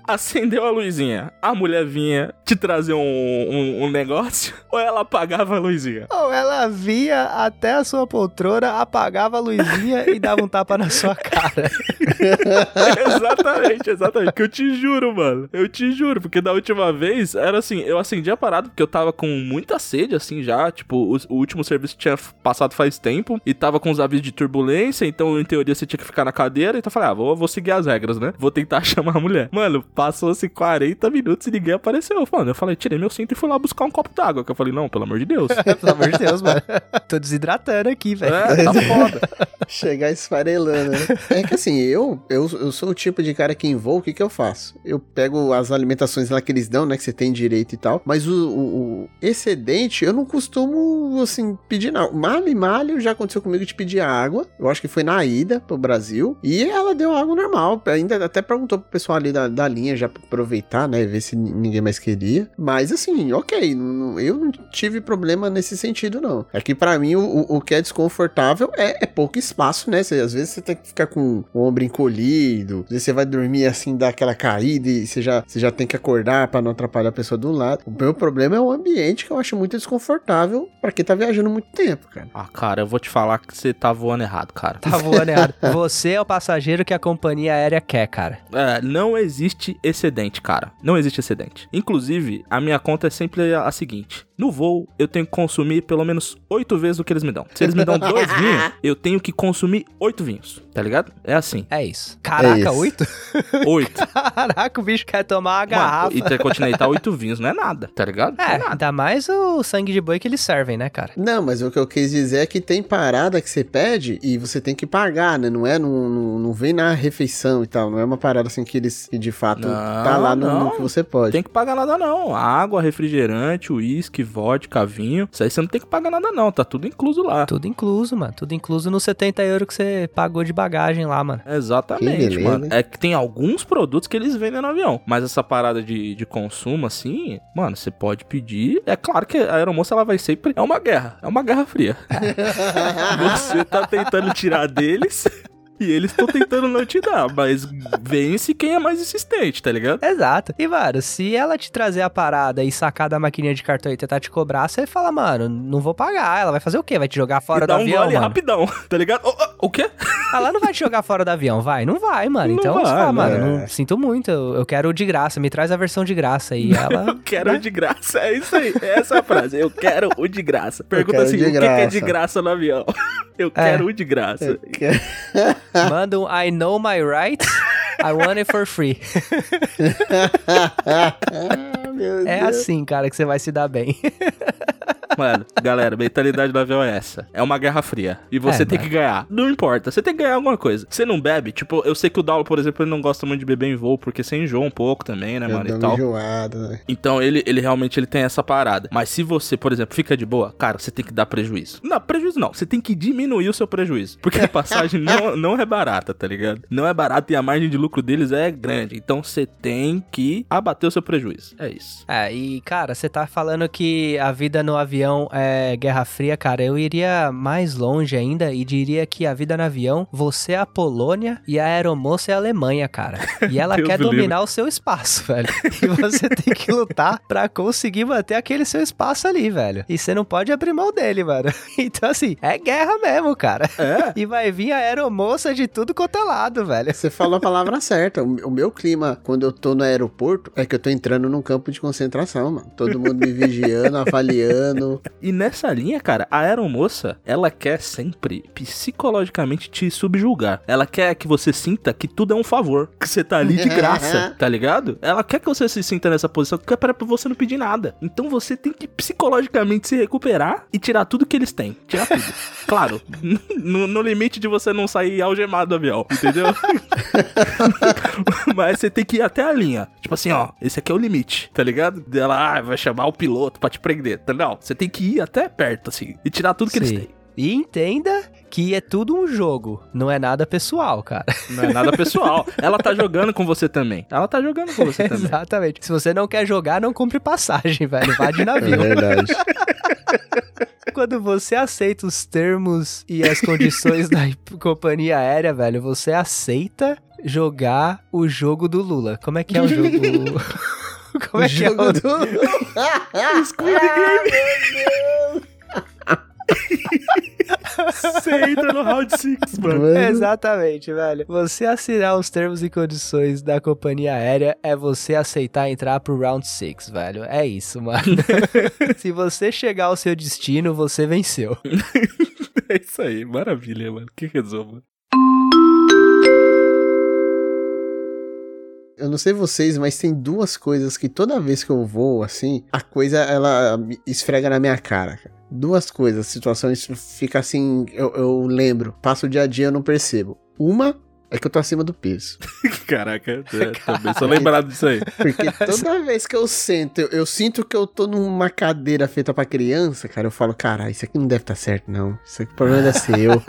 acendeu a luzinha, a mulher vinha te trazer um negócio, ou ela apagava a luzinha? Ou ela via até a sua poltrona, apagava a luzinha e dava um tapa na sua cara. Exatamente. Que eu te juro, mano. Eu te juro, porque da última vez, era assim, eu acendi a parada porque eu tava com muita sede, assim, já, tipo, o último serviço tinha passado faz tempo, e tava com os avisos de turbulência, então, em teoria, você tinha que ficar na cadeira, então eu falei, vou seguir as regras, né? Vou tentar chamar a mulher. Mano, passou-se 40 minutos e ninguém apareceu. Mano, eu falei, tirei meu cinto e fui lá buscar um copo d'água, que eu falei, não, pelo amor de Deus. Pelo amor de Deus, mano. Tô desidratando aqui, velho. Tá foda. Chegar esfarelando, né? É que assim, eu sou o tipo de cara que em voo, o que eu faço? Eu pego as alimentações lá que eles dão, né, que você tem direito e tal, mas o excedente, eu não costumo, assim, pedir não. Malho, já aconteceu comigo de pedir água, eu acho que foi na ida pro Brasil, e ela deu água normal, ainda até perguntou pro pessoal ali da linha já pra aproveitar, né, ver se ninguém mais queria, mas assim, ok, eu não tive problema nesse sentido, não. É que pra mim, o que é desconfortável é pouco espaço, né, às vezes você tem que ficar com o ombro encolhido, às vezes você vai dormir assim, dá aquela caída e você já tem que acordar pra não atrapalhar a pessoa do lado. O meu problema é o ambiente, que eu acho muito desconfortável pra quem tá viajando muito tempo, cara. Cara, eu vou te falar que você tá voando errado, cara. Tá voando errado. Você é o passageiro que a companhia aérea quer, cara. Não existe excedente, cara. Não existe excedente. Inclusive, a minha conta é sempre a seguinte. No voo, eu tenho que consumir pelo menos 8 vezes o que eles me dão. Se eles me dão 2 vinhos, eu tenho que consumir 8 vinhos, tá ligado? É assim. É isso. Caraca, 8? 8. Caraca, o bicho quer tomar uma garrafa. Intercontinental 8 vinhos não é nada, tá ligado? Não é nada. Ainda mais o sangue de boi que eles servem, né, cara? Não, mas o que eu quis dizer é que tem parada que você pede e você tem que pagar, né? Não vem na refeição e tal. Não é uma parada assim que eles, de fato, tá lá no que você pode. Tem que pagar nada não. Água, refrigerante, uísque, vodka, vinho. Isso aí você não tem que pagar nada não. Tá tudo incluso lá. Tudo incluso, mano. Tudo incluso nos 70 € que você pagou de bagagem lá, mano. Exatamente, mano. É que tem alguns produtos que eles vendem no avião. Mas essa parada de consumo, assim, mano, você pode pedir. É claro que a aeromoça, ela vai sempre... É uma guerra fria. Você tá tentando tirar deles... E eles estão tentando não te dar, mas vence quem é mais insistente, tá ligado? Exato. E, mano, se ela te trazer a parada e sacar da maquininha de cartão e tentar te cobrar, você fala, mano, não vou pagar. Ela vai fazer o quê? Vai te jogar fora do avião, mano? Rapidão, tá ligado? O quê? Ela não vai te jogar fora do avião, vai? Não vai, mano. Não então, vai, você fala, mano, não, sinto muito, eu quero o de graça, me traz a versão de graça. E ela... Eu quero o de graça, é isso aí, é essa a frase. Eu quero o de graça. Pergunta assim, o que é de graça no avião? Eu quero o de graça. Manda um I know my rights, I want it for free. É assim, cara, que você vai se dar bem. Mano, galera, a mentalidade do avião é essa. É uma guerra fria. E você tem que ganhar. Não importa, você tem que ganhar alguma coisa. Você não bebe, tipo, eu sei que o Daulo, por exemplo, ele não gosta muito de beber em voo, porque você enjoa um pouco também, né, mano, e tal. Enjoado, né? Então, ele realmente tem essa parada. Mas se você, por exemplo, fica de boa, cara, você tem que dar prejuízo. Não, prejuízo não. Você tem que diminuir o seu prejuízo. Porque a passagem não é barata, tá ligado? Não é barata e a margem de lucro deles é grande. Então, você tem que abater o seu prejuízo. É isso. E, cara, você tá falando que a vida no avião é Guerra Fria, cara, eu iria mais longe ainda e diria que a vida no avião, você é a Polônia e a aeromoça é a Alemanha, cara. E ela quer dominar o seu espaço, velho. E você tem que lutar pra conseguir manter aquele seu espaço ali, velho. E você não pode abrir mão dele, mano. Então, assim, é guerra mesmo, cara. E vai vir a aeromoça de tudo quanto é lado, velho. Você falou a palavra certa. O meu clima, quando eu tô no aeroporto, é que eu tô entrando num campo de concentração, mano. Todo mundo me vigiando, avaliando. E nessa linha, cara, a aeromoça, ela quer sempre psicologicamente te subjugar. Ela quer que você sinta que tudo é um favor, que você tá ali de graça, tá ligado? Ela quer que você se sinta nessa posição, que é pra você não pedir nada. Então você tem que psicologicamente se recuperar e tirar tudo que eles têm. Tirar tudo. Claro, no limite de você não sair algemado do avião, entendeu? Mas você tem que ir até a linha. Tipo assim, ó, esse aqui é o limite, tá ligado? Ela vai chamar o piloto pra te prender. Não, você tem que ir até perto, assim, e tirar tudo que eles têm. E entenda que é tudo um jogo, não é nada pessoal, cara. Não é nada pessoal. Ela tá jogando com você também. Exatamente. Se você não quer jogar, não compre passagem, velho. Vá de navio. É verdade. Quando você aceita os termos e as condições da companhia aérea, velho, você aceita jogar o jogo do Lula. Como é que é o jogo? Como é que é o jogo do... Squid Game. Você entra no round 6, mano. Exatamente, velho. Você assinar os termos e condições da companhia aérea é você aceitar entrar pro round 6, velho. É isso, mano. Se você chegar ao seu destino, você venceu. É isso aí, maravilha, mano. Que resumo. Eu não sei vocês, mas tem duas coisas que toda vez que eu vou, assim, a coisa, ela me esfrega na minha cara, cara. Duas coisas, situações fica assim, eu lembro, passo o dia a dia eu não percebo. Uma é que eu tô acima do peso. Caraca, também sou lembrado disso aí. Porque toda vez que eu sento, eu sinto que eu tô numa cadeira feita pra criança, cara, eu falo, cara, isso aqui não deve estar certo, não. Isso aqui o problema deve ser eu.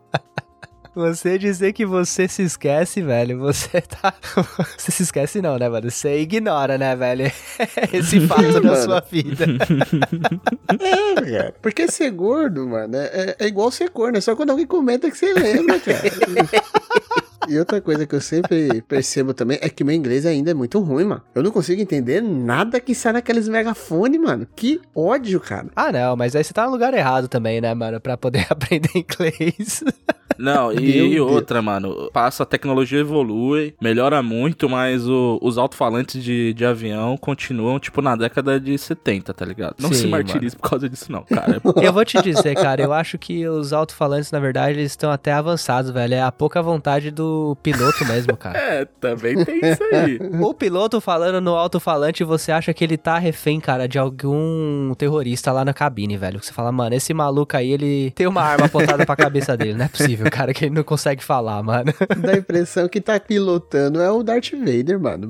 Você dizer que você se esquece, velho, você tá... Você se esquece não, né, mano? Você ignora, né, velho? Esse fato da sua vida. É, cara. Porque ser gordo, mano, é igual ser corno. É só quando alguém comenta que você lembra, cara. E outra coisa que eu sempre percebo também é que meu inglês ainda é muito ruim, mano. Eu não consigo entender nada que sai naqueles megafones, mano. Que ódio, cara. Ah, não, mas aí você tá no lugar errado também, né, mano? Pra poder aprender inglês. Não, e outra, mano, a tecnologia evolui, melhora muito, mas os alto-falantes de avião continuam, tipo, na década de 70, tá ligado? Não se martirize por causa disso, não, cara. Eu vou te dizer, cara, eu acho que os alto-falantes, na verdade, eles estão até avançados, velho. É a pouca vontade do piloto mesmo, cara. É, também tem isso aí. O piloto falando no alto-falante, você acha que ele tá refém, cara, de algum terrorista lá na cabine, velho. Você fala, mano, esse maluco aí, ele tem uma arma apontada pra cabeça dele. Não é possível, cara, que ele não consegue falar, mano. Dá a impressão que tá pilotando é o Darth Vader, mano.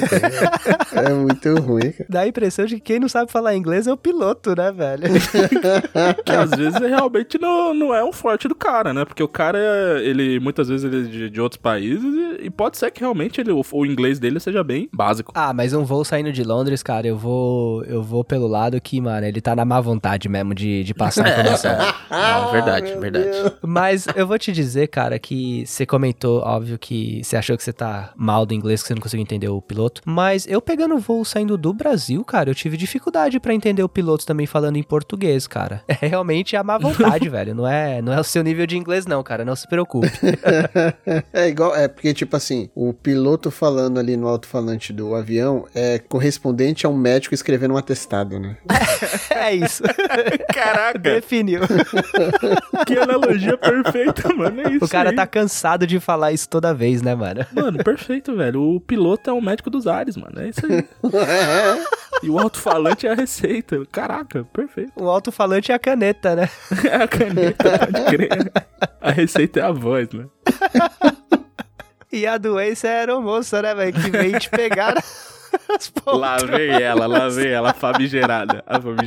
É muito ruim, cara. Dá a impressão de que quem não sabe falar inglês é o piloto, né, velho? Que às vezes realmente não é um forte do cara, né? Porque o cara, ele muitas vezes ele é de outros países e pode ser que realmente o inglês dele seja bem básico. Ah, mas um voo saindo de Londres, cara, eu vou pelo lado que, mano, ele tá na má vontade mesmo de passar a informação. Não, verdade. Mas eu vou te dizer, cara, que você comentou, óbvio, que você achou que você tá mal do inglês, que você não conseguiu entender o piloto, mas eu pegando o voo saindo do Brasil, cara, eu tive dificuldade pra entender o piloto também falando em português, cara. É realmente a má vontade, velho, não é o seu nível de inglês não, cara, não se preocupe. É porque, tipo assim, o piloto falando ali no alto-falante do avião é correspondente a um médico escrevendo um atestado, né? É isso. Caraca. Definiu. Que analogia perfeita, mano, é isso. O cara aí. tá cansado de falar isso toda vez, né, mano? Mano, perfeito, velho. O piloto é o médico dos ares, mano, é isso aí. E o alto-falante é a receita. Caraca, perfeito. O alto-falante é a caneta, né? É a caneta, pode crer. A receita é a voz, né? E a doença é a aeromoça, né, velho? Que veio te pegar as pontas. Lá vem ela, a famigerada.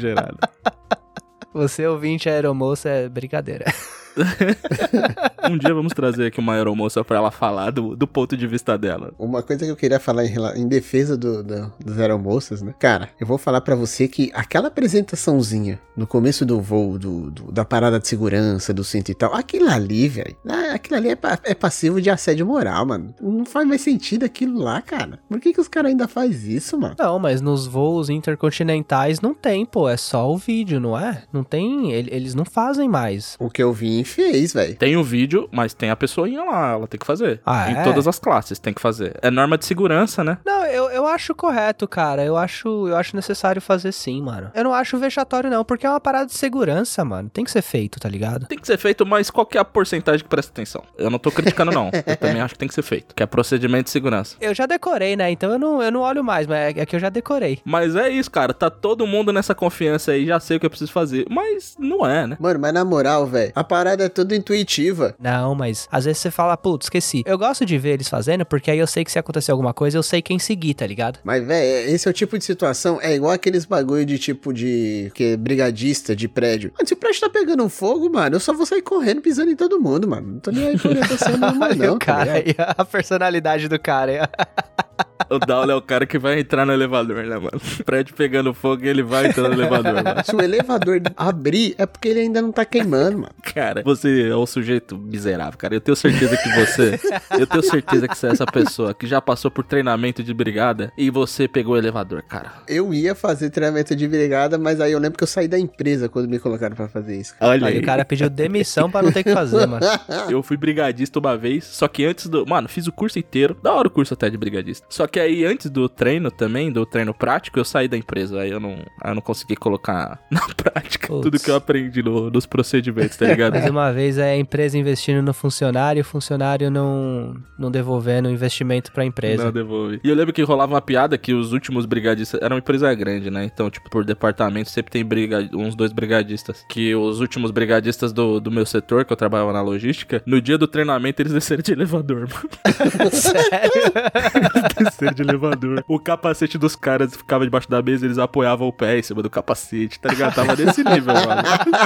Você ouvinte aeromoça é brincadeira. Um dia vamos trazer aqui uma aeromoça pra ela falar do ponto de vista dela. Uma coisa que eu queria falar em defesa das aeromoças, né? Cara, eu vou falar pra você que aquela apresentaçãozinha no começo do voo, da parada de segurança, do cinto e tal, aquilo ali, velho, aquilo ali é passivo de assédio moral, mano. Não faz mais sentido aquilo lá, cara. Por que os caras ainda fazem isso, mano? Não, mas nos voos intercontinentais não tem, pô, é só o vídeo, não é? Não tem, eles não fazem mais. O que eu vi fez, velho. Tem o vídeo, mas tem a pessoinha lá, ela tem que fazer. Ah, em todas as classes tem que fazer. É norma de segurança, né? Não, eu acho correto, cara. Eu acho necessário fazer sim, mano. Eu não acho vexatório, não, porque é uma parada de segurança, mano. Tem que ser feito, tá ligado? Tem que ser feito, mas qual que é a porcentagem que presta atenção? Eu não tô criticando, não. Eu também acho que tem que ser feito. Que é procedimento de segurança. Eu já decorei, né? Então eu não olho mais, mas é que eu já decorei. Mas é isso, cara. Tá todo mundo nessa confiança aí, já sei o que eu preciso fazer. Mas não é, né? Mano, mas na moral, velho, a parada é toda intuitiva. Não, mas às vezes você fala, putz, esqueci. Eu gosto de ver eles fazendo, porque aí eu sei que se acontecer alguma coisa, eu sei quem seguir, tá ligado? Mas, velho, esse é o tipo de situação, é igual aqueles bagulho de tipo de brigadista de prédio. Mano, se o prédio tá pegando fogo, mano, eu só vou sair correndo pisando em todo mundo, mano. Não tô nem aí por orientação nenhuma, não. O cara, tá, a personalidade do cara. O Daulo é o cara que vai entrar no elevador, né, mano? O prédio pegando fogo e ele vai entrar no elevador, mano. Se o elevador abrir, é porque ele ainda não tá queimando, mano. Cara, você é um sujeito miserável, cara. Eu tenho certeza que você é essa pessoa que já passou por treinamento de brigada e você pegou o elevador, cara. Eu ia fazer treinamento de brigada, mas aí eu lembro que eu saí da empresa quando me colocaram pra fazer isso. Olha Aí o cara pediu demissão pra não ter que fazer, mano. Eu fui brigadista uma vez, só que antes do... Mano, fiz o curso inteiro. Da hora o curso até de brigadista. Só que aí, antes do treino também, do treino prático, eu saí da empresa. Aí eu não consegui colocar na prática tudo que eu aprendi nos procedimentos, tá ligado? Mas uma vez a empresa investindo no funcionário, o funcionário não devolvendo o investimento pra empresa. Não devolve. E eu lembro que rolava uma piada que os últimos brigadistas... Era uma empresa grande, né? Então, tipo, por departamento sempre tem uns 2 brigadistas. Que os últimos brigadistas do meu setor, que eu trabalhava na logística, no dia do treinamento eles desceram de elevador, mano. Sério? Desceram de elevador. O capacete dos caras ficava debaixo da mesa, eles apoiavam o pé em cima do capacete, tá ligado? Tava nesse nível, mano.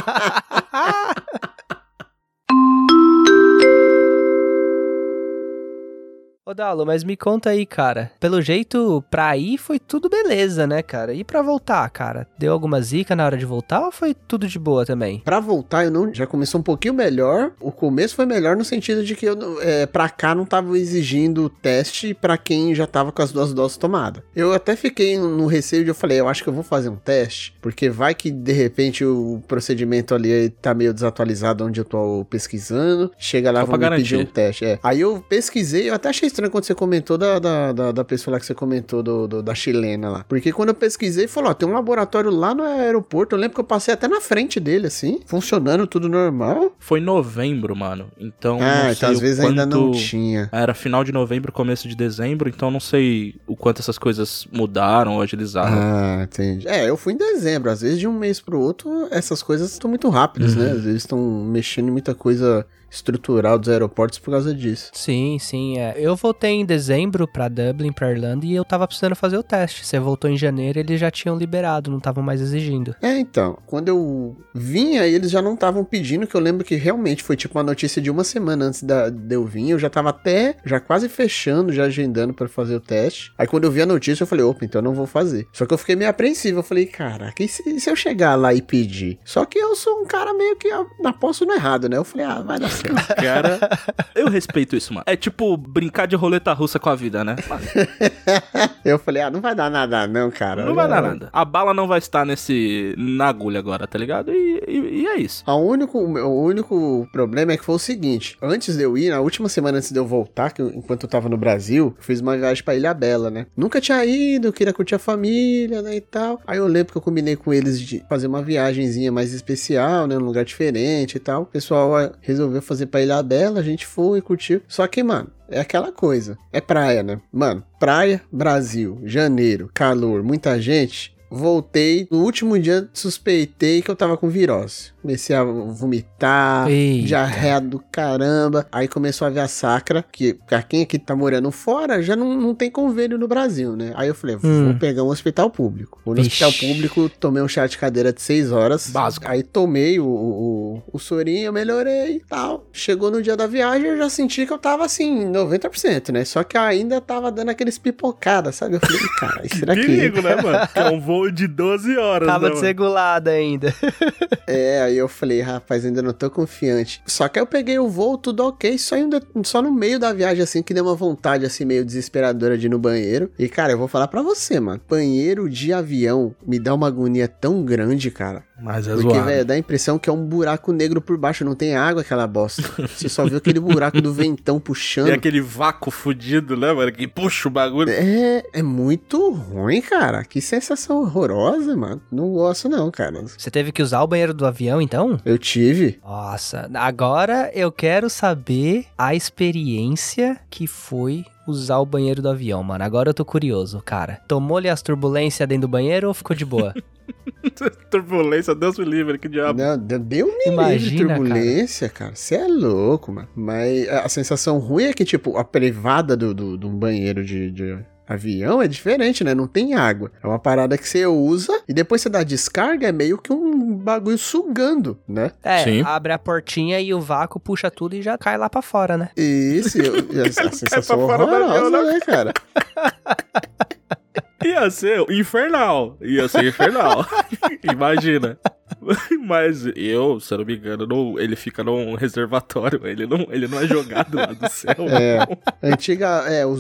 Ô, Daulo, mas me conta aí, cara. Pelo jeito, pra ir foi tudo beleza, né, cara? E pra voltar, cara? Deu alguma zica na hora de voltar ou foi tudo de boa também? Pra voltar, já começou um pouquinho melhor. O começo foi melhor no sentido de que pra cá não tava exigindo teste pra quem já tava com as 2 doses tomadas. Eu até fiquei no receio de eu falei, eu acho que eu vou fazer um teste, porque vai que de repente o procedimento ali tá meio desatualizado onde eu tô pesquisando. Chega lá, vão me pedir um teste. Aí eu pesquisei, eu até achei estranho quando você comentou da pessoa lá que você comentou da chilena lá. Porque quando eu pesquisei, falou, ó, tem um laboratório lá no aeroporto, eu lembro que eu passei até na frente dele, assim, funcionando tudo normal. Foi em novembro, mano. Então, então às vezes ainda não tinha. Era final de novembro, começo de dezembro, então não sei o quanto essas coisas mudaram ou agilizaram. Ah, entendi. Eu fui em dezembro, às vezes de um mês pro outro, essas coisas estão muito rápidas, né? Às vezes estão mexendo em muita coisa estrutural dos aeroportos por causa disso. Sim. Eu voltei em dezembro pra Dublin, pra Irlanda, e eu tava precisando fazer o teste. Você voltou em janeiro, eles já tinham liberado, não estavam mais exigindo. Então, quando eu vinha, eles já não estavam pedindo, que eu lembro que realmente foi tipo uma notícia de uma semana antes de eu vir, eu já tava já quase fechando, já agendando pra fazer o teste. Aí quando eu vi a notícia, eu falei, opa, então eu não vou fazer. Só que eu fiquei meio apreensivo, eu falei, caraca, e se eu chegar lá e pedir? Só que eu sou um cara meio que aposto no errado, né? Eu falei, vai dar certo. Cara, eu respeito isso, mano. É tipo brincar de roleta russa com a vida, né? Eu falei, não vai dar nada não, cara. Não vai dar nada. A bala não vai estar na agulha agora, tá ligado? E é isso. O único problema é que foi o seguinte, antes de eu ir, na última semana antes de eu voltar, enquanto eu tava no Brasil, eu fiz uma viagem pra Ilhabela, né? Nunca tinha ido, eu queria curtir a família, né, e tal. Aí eu lembro que eu combinei com eles de fazer uma viagenzinha mais especial, né, num lugar diferente e tal. O pessoal resolveu fazer pra Ilhabela, a gente foi e curtiu. Só que, mano, é aquela coisa. É praia, né? Mano, praia, Brasil, janeiro, calor, muita gente. Voltei, no último dia suspeitei que eu tava com virose. Comecei a vomitar, diarreia do caramba. Aí começou a ver a sacra, que pra quem aqui tá morando fora, já não tem convênio no Brasil, né? Aí eu falei, vou pegar um hospital público. Vou no hospital público, tomei um chá de cadeira de 6 horas. Básico. Aí tomei o sorinho, eu melhorei e tal. Chegou no dia da viagem, eu já senti que eu tava assim, 90%, né? Só que ainda tava dando aqueles pipocadas, sabe? Eu falei, cara, será que... Perigo, né, mano? É um voo de 12 horas, tava né, desregulada ainda. Aí eu falei, rapaz, ainda não tô confiante. Só que aí eu peguei o voo, tudo ok, só no meio da viagem, assim, que deu uma vontade, assim, meio desesperadora de ir no banheiro. E, cara, eu vou falar pra você, mano, banheiro de avião me dá uma agonia tão grande, cara. Mas é porque, velho, dá a impressão que é um buraco negro por baixo, não tem água aquela bosta. Você só viu aquele buraco do ventão puxando. E aquele vácuo fudido, né, mano, que puxa o bagulho. É muito ruim, cara. Que sensação horrorosa, mano. Não gosto não, cara. Você teve que usar o banheiro do avião, então? Eu tive. Nossa, agora eu quero saber a experiência que foi usar o banheiro do avião, mano. Agora eu tô curioso, cara. Tomou-lhe as turbulências dentro do banheiro ou ficou de boa? Turbulência, Deus me livre, que diabo. Não, deu-me livre turbulência, cara. Você é louco, mano. Mas a sensação ruim é que, tipo, a privada do banheiro de avião é diferente, né? Não tem água. É uma parada que você usa e depois você dá descarga, é meio que um bagulho sugando, né? Sim. Abre a portinha e o vácuo puxa tudo e já cai lá pra fora, né? Isso, a sensação horrorosa, né, cara? Ia ser infernal. Imagina. Mas se eu não me engano, ele fica num reservatório. Ele não é jogado lá do céu. Os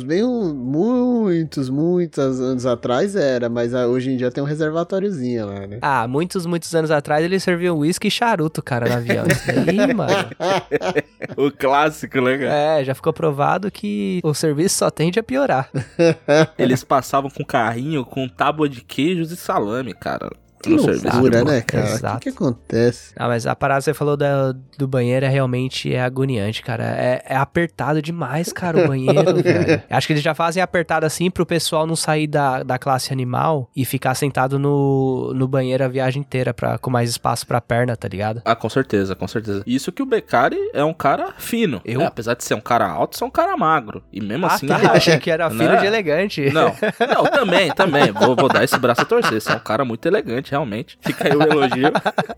muitos anos atrás era, mas hoje em dia tem um reservatóriozinho lá, né? Muitos anos atrás ele serviu uísque e charuto, cara, no avião. Isso daí, mano. O clássico, né, cara? Já ficou provado que o serviço só tende a piorar. Eles passavam com carrinho com tábua de queijos e salame, cara. Que loucura, né, cara? Exato. O que acontece? Mas a parada que você falou do banheiro realmente é agoniante, cara. É apertado demais, cara, o banheiro, velho. Acho que eles já fazem apertado assim pro pessoal não sair da classe animal e ficar sentado no banheiro a viagem inteira com mais espaço pra perna, tá ligado? Com certeza. Isso que o Beccari é um cara fino. Apesar de ser um cara alto, é um cara magro. E mesmo assim... Achei que era fino de elegante. Não, também. Vou dar esse braço a torcer. Você é um cara muito elegante, realmente. Fica aí o elogio.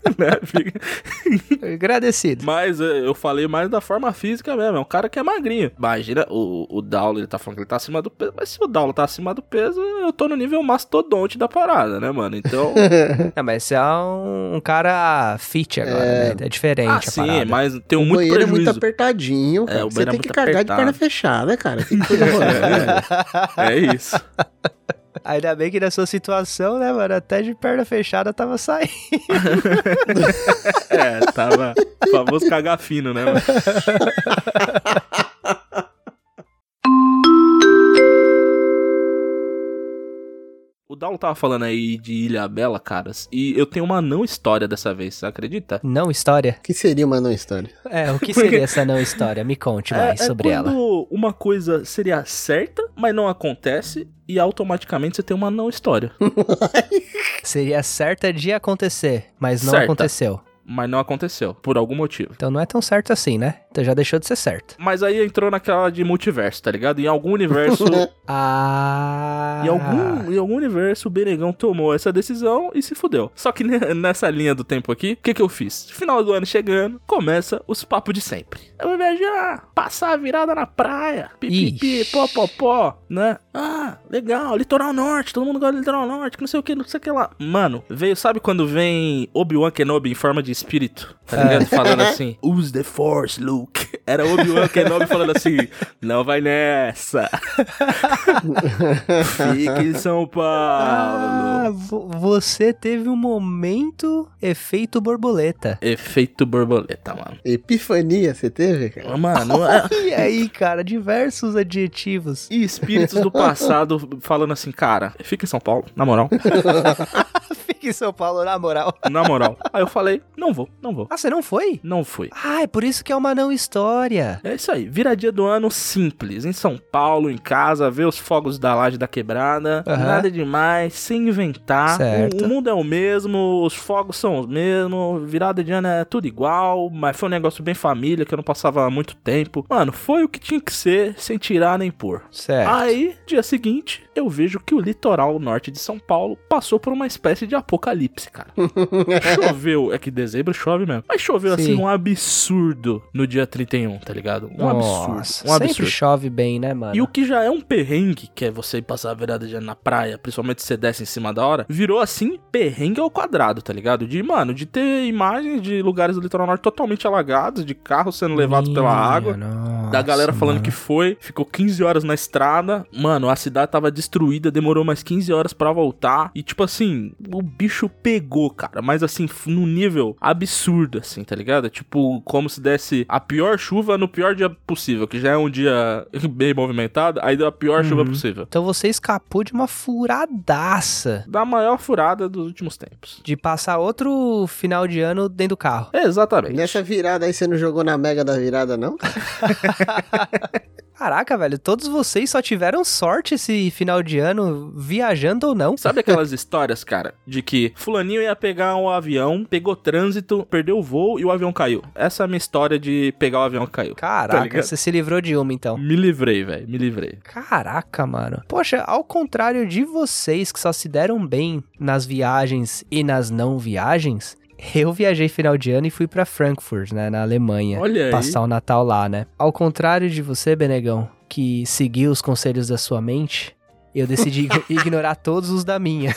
Né? Agradecido. Mas eu falei mais da forma física mesmo. É um cara que é magrinho. Imagina, o Daulo, ele tá falando que ele tá acima do peso. Mas se o Daulo tá acima do peso, eu tô no nível mastodonte da parada, né, mano? Então... mas você é um cara fit agora, né? É diferente a sim, parada. Mas tem muito prejuízo. O banheiro é muito apertadinho, cara. O você tem que cagar apertado. De perna fechada, cara. Que coisa é isso. Ainda bem que na sua situação, né, mano, até de perna fechada tava saindo. Tava famoso cagar fino, né, mano? O Daulo tava falando aí de Ilha Bela, caras, e eu tenho uma não história dessa vez, você acredita? Não história? O que seria uma não história? O que seria essa não história? Me conte mais sobre ela. Quando uma coisa seria certa, mas não acontece, e automaticamente você tem uma não história. Seria certa de acontecer, mas não aconteceu. Mas não aconteceu, por algum motivo. Então não é tão certo assim, né? Então já deixou de ser certo. Mas aí entrou naquela de multiverso, tá ligado? Em algum universo... Em algum universo, o Benegão tomou essa decisão e se fudeu. Só que nessa linha do tempo aqui, o que eu fiz? Final do ano chegando, começa os papos de sempre. Eu vou viajar, passar a virada na praia, pipipi, pó, né? Legal, litoral norte, todo mundo gosta do litoral norte, que não sei o que lá. Mano, sabe quando vem Obi-Wan Kenobi em forma de espírito? Tá ligado? Falando assim, use the force, Luke. Era Obi-Wan Kenobi falando assim, não vai nessa. Fique em São Paulo. Você teve um momento efeito borboleta. Efeito borboleta, mano. Epifania, você teve, cara? Mano, E aí, cara, diversos adjetivos. E espíritos do passado falando assim, cara, fica em São Paulo, na moral. Fica em São Paulo, na moral. Na moral. Aí eu falei, não vou. Você não foi? Não fui. É por isso que é uma não história. É isso aí, viradinha do ano simples, em São Paulo, em casa, ver os fogos da laje da quebrada, nada demais, sem inventar. O mundo é o mesmo, os fogos são os mesmos, virada de ano é tudo igual, mas foi um negócio bem família, que eu não passava há muito tempo. Mano, foi o que tinha que ser, sem tirar nem pôr. Certo. Aí, dia seguinte, eu vejo que o litoral norte de São Paulo passou por uma espécie de apocalipse, cara. Choveu, é que dezembro chove mesmo, mas choveu assim um absurdo no dia 31, tá ligado? Absurdo. Sempre chove bem, né, mano? E o que já é um perrengue, que é você passar a virada de ano na praia, principalmente se você desce em cima da hora, virou assim, perrengue ao quadrado, tá ligado? De ter imagens de lugares do litoral norte totalmente alagados, de carros sendo levados pela água, da galera falando que ficou 15 horas na estrada, mano, a cidade tava destruída, demorou mais 15 horas pra voltar, e tipo assim, o bicho pegou, cara, mas assim, num nível absurdo, assim, tá ligado? Tipo, como se desse a pior chuva no pior dia possível, que já é um dia bem movimentado, aí deu a pior chuva possível. Então você escapou de uma furadaça. Da maior furada dos últimos tempos. De passar outro final de ano dentro do carro. Exatamente. Nessa virada aí, você não jogou na mega da virada, não? Caraca, velho, todos vocês só tiveram sorte esse final de ano, viajando ou não. Sabe aquelas histórias, cara, de que fulaninho ia pegar um avião, pegou trânsito, perdeu o voo e o avião caiu. Essa é a minha história de pegar o avião que caiu. Caraca, tá você se livrou de uma, então. Me livrei, velho, me livrei. Caraca, mano. Poxa, ao contrário de vocês que só se deram bem nas viagens e nas não viagens... Eu viajei final de ano e fui pra Frankfurt, né, na Alemanha. Olha aí. Passar o Natal lá, né. Ao contrário de você, Benegão, que seguiu os conselhos da sua mente, Eu decidi ignorar todos os da minha.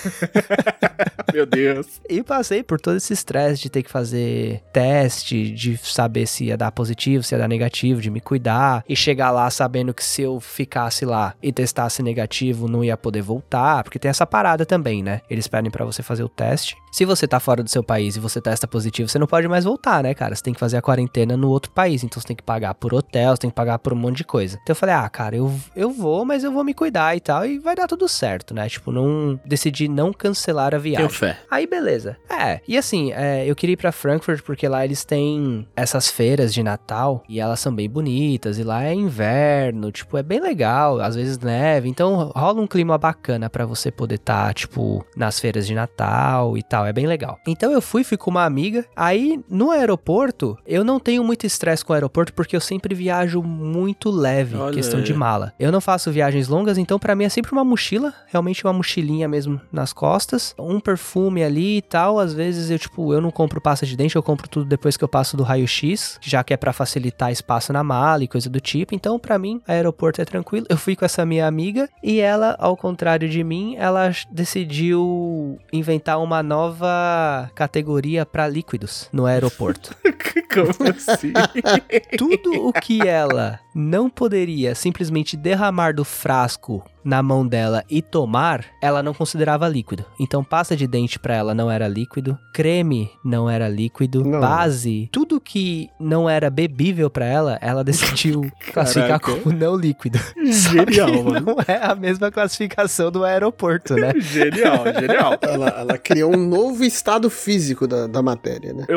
Meu Deus. E passei por todo esse estresse de ter que fazer teste, de saber se ia dar positivo, se ia dar negativo, de me cuidar. E chegar lá sabendo que se eu ficasse lá e testasse negativo, não ia poder voltar. Porque tem essa parada também, né? Eles pedem pra você fazer o teste. Se você tá fora do seu país e você testa positivo, você não pode mais voltar, né, cara? Você tem que fazer a quarentena no outro país. Então você tem que pagar por hotel, você tem que pagar por um monte de coisa. Então eu falei, cara, eu vou, mas eu vou me cuidar e tal. E vai dar tudo certo, né? Tipo, decidi não cancelar a viagem. Tenho fé. Aí, beleza. E assim, eu queria ir pra Frankfurt porque lá eles têm essas feiras de Natal e elas são bem bonitas. E lá é inverno, tipo, é bem legal. Às vezes neve. Então rola um clima bacana pra você poder estar, tipo, nas feiras de Natal e tal. É bem legal. Então eu fui com uma amiga. Aí, no aeroporto, eu não tenho muito estresse com o aeroporto porque eu sempre viajo muito leve, questão de mala. Eu não faço viagens longas, então pra mim é sempre uma mochila, realmente uma mochilinha mesmo nas costas, um perfume ali e tal. Às vezes eu não compro pasta de dente, eu compro tudo depois que eu passo do raio-x, já que é pra facilitar espaço na mala e coisa do tipo. Então pra mim, aeroporto é tranquilo. Eu fui com essa minha amiga e ela, ao contrário de mim, ela decidiu inventar uma nova categoria pra líquidos no aeroporto. Como assim? Tudo o que ela não poderia simplesmente derramar do frasco na mão dela e tomar, ela não considerava líquido. Então pasta de dente pra ela não era líquido, creme não era líquido, base, tudo que não era bebível pra ela, ela decidiu classificar como não líquido. Genial, mano. Não é a mesma classificação do aeroporto, né? Genial. Ela criou um novo estado físico da matéria, né?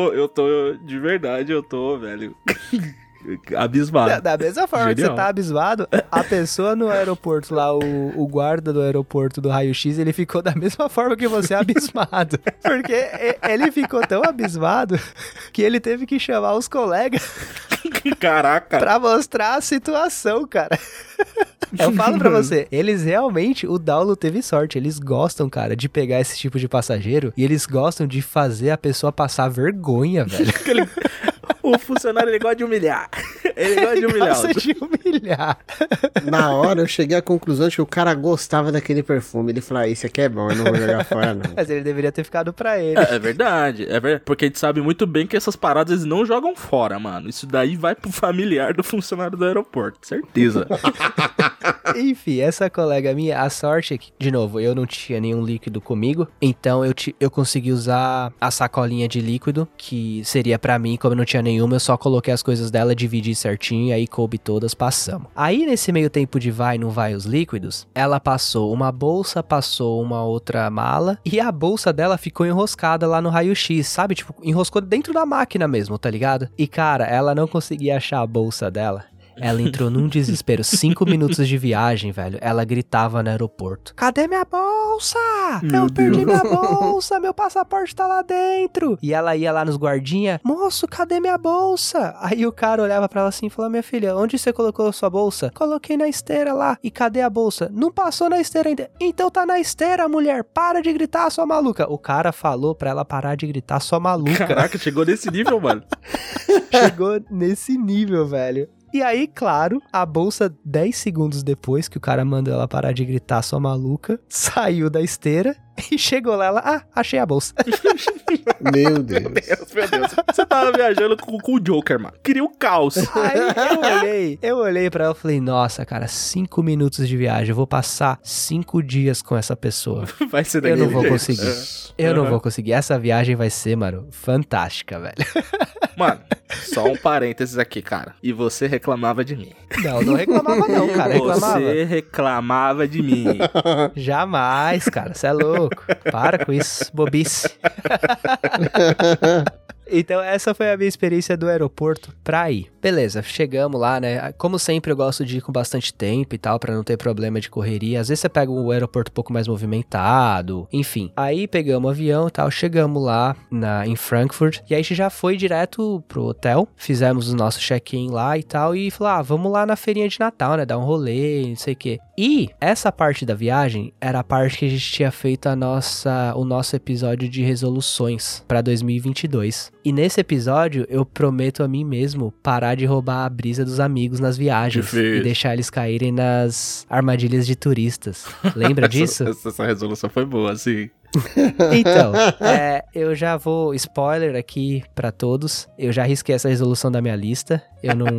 De verdade, velho. Abismado. Da mesma forma Genial. que você tá abismado, a pessoa no aeroporto lá, o guarda do aeroporto do raio-x, ele ficou da mesma forma que você abismado. Porque ele ficou tão abismado que ele teve que chamar os colegas Caraca. pra mostrar a situação, cara. Eu falo pra você, eles realmente, o Daulo teve sorte, eles gostam, cara, de pegar esse tipo de passageiro e eles gostam de fazer a pessoa passar vergonha, velho. O funcionário, ele gosta de humilhar. Ele gosta de humilhar. Na hora eu cheguei à conclusão de que o cara gostava daquele perfume. Ele falou, esse aqui é bom, eu não vou jogar fora, não. Mas ele deveria ter ficado pra ele. É verdade. Porque a gente sabe muito bem que essas paradas eles não jogam fora, mano. Isso daí vai pro familiar do funcionário do aeroporto, certeza. Enfim, essa colega minha, a sorte é que, de novo, eu não tinha nenhum líquido comigo, então eu consegui usar a sacolinha de líquido, que seria pra mim, como eu não tinha nenhuma, eu só coloquei as coisas dela, dividi certinho, e aí coube todas, passamos. Aí, nesse meio tempo de vai, não vai os líquidos, ela passou uma bolsa, passou uma outra mala, e a bolsa dela ficou enroscada lá no raio-x, sabe? Tipo, enroscou dentro da máquina mesmo, tá ligado? E, cara, ela não conseguia achar a bolsa dela. Ela entrou num desespero. 5 minutos de viagem, velho. Ela gritava no aeroporto: cadê minha bolsa? Eu perdi minha bolsa, meu passaporte tá lá dentro. E ela ia lá nos guardinha: moço, cadê minha bolsa? Aí o cara olhava pra ela assim e falou: minha filha, onde você colocou a sua bolsa? Coloquei na esteira lá. E cadê a bolsa? Não passou na esteira ainda. Então tá na esteira, mulher. Para de gritar, sua maluca. O cara falou pra ela parar de gritar, sua maluca. Caraca, chegou nesse nível, mano. Chegou nesse nível, velho. E aí, claro, a bolsa 10 segundos depois que o cara mandou ela parar de gritar, sua maluca, saiu da esteira e chegou lá, ela, achei a bolsa. Meu Deus. Meu Deus. Você tava viajando com o Joker, mano. Queria o caos. Aí eu olhei pra ela e falei, nossa, cara, 5 minutos de viagem, eu vou passar 5 dias com essa pessoa. Vai ser Eu daquele não vou jeito. conseguir. Eu não vou conseguir. Essa viagem vai ser, mano, fantástica, velho. Mano, só um parênteses aqui, cara. E você reclamava de mim. Não reclamava não, cara. Reclamava. Você reclamava de mim. Jamais, cara. Você é louco. Para com isso, bobice. Então essa foi a minha experiência do aeroporto pra ir. Beleza, chegamos lá, né? Como sempre eu gosto de ir com bastante tempo e tal, pra não ter problema de correria. Às vezes você pega o aeroporto um pouco mais movimentado, enfim. Aí pegamos o avião e tal, chegamos lá em Frankfurt. E aí a gente já foi direto pro hotel, fizemos o nosso check-in lá e tal. E falou, vamos lá na feirinha de Natal, né? Dar um rolê, não sei o quê. E essa parte da viagem era a parte que a gente tinha feito o nosso episódio de resoluções pra 2022. E nesse episódio, eu prometo a mim mesmo parar de roubar a brisa dos amigos nas viagens e deixar eles caírem nas armadilhas de turistas. Lembra disso? Essa resolução foi boa, sim. Então, eu já vou... Spoiler aqui pra todos. Eu já risquei essa resolução da minha lista. Eu não...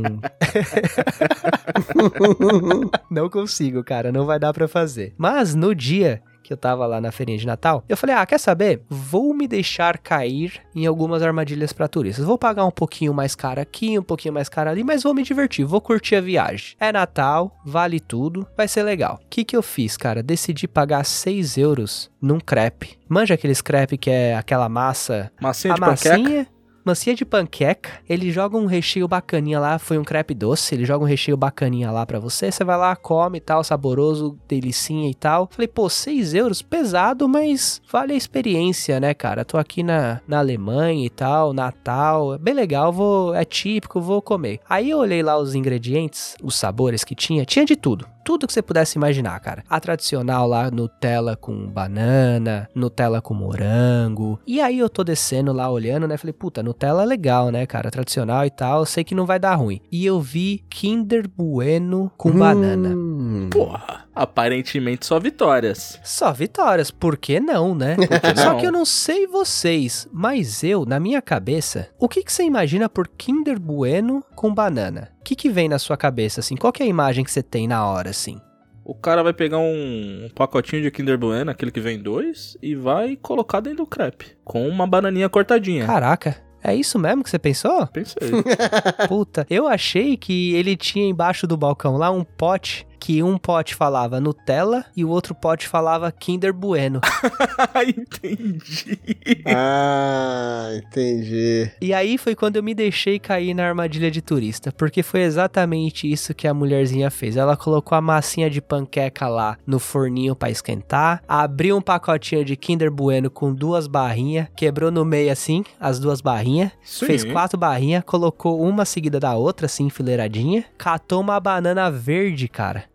Não consigo, cara. Não vai dar pra fazer. Mas no dia que eu tava lá na feirinha de Natal, eu falei, quer saber? Vou me deixar cair em algumas armadilhas pra turistas. Vou pagar um pouquinho mais caro aqui, um pouquinho mais caro ali, mas vou me divertir, vou curtir a viagem. É Natal, vale tudo, vai ser legal. O que eu fiz, cara? Decidi pagar 6 euros num crepe. Manja aqueles crepe que é aquela massa... Massinha de panqueca? Massinha de panqueca, ele joga um recheio bacaninha lá, foi um crepe doce, ele joga um recheio bacaninha lá pra você vai lá, come e tal, saboroso, delicinha e tal. Falei, 6 euros, pesado, mas vale a experiência, né, cara? Tô aqui na Alemanha e tal, Natal, é bem legal, é típico, vou comer. Aí eu olhei lá os ingredientes, os sabores que tinha de tudo. Tudo que você pudesse imaginar, cara. A tradicional lá, Nutella com banana, Nutella com morango. E aí eu tô descendo lá, olhando, né? Falei, Nutella é legal, né, cara? Tradicional e tal, eu sei que não vai dar ruim. E eu vi Kinder Bueno com banana. Porra, aparentemente só vitórias. Só vitórias, por que não, né? Só que eu não sei vocês, mas eu, na minha cabeça, o que você imagina por Kinder Bueno com banana? O que vem na sua cabeça, assim? Qual que é a imagem que você tem na hora, assim? O cara vai pegar um pacotinho de Kinder Bueno, aquele que vem 2, e vai colocar dentro do crepe, com uma bananinha cortadinha. Caraca, é isso mesmo que você pensou? Pensei. Puta, eu achei que ele tinha embaixo do balcão lá um pote, que um pote falava Nutella e o outro pote falava Kinder Bueno. Entendi. Entendi. E aí foi quando eu me deixei cair na armadilha de turista, porque foi exatamente isso que a mulherzinha fez. Ela colocou a massinha de panqueca lá no forninho pra esquentar, abriu um pacotinho de Kinder Bueno com 2 barrinhas, quebrou no meio assim, as 2 barrinhas, fez 4 barrinhas, colocou uma seguida da outra, assim, enfileiradinha, catou uma banana verde, cara.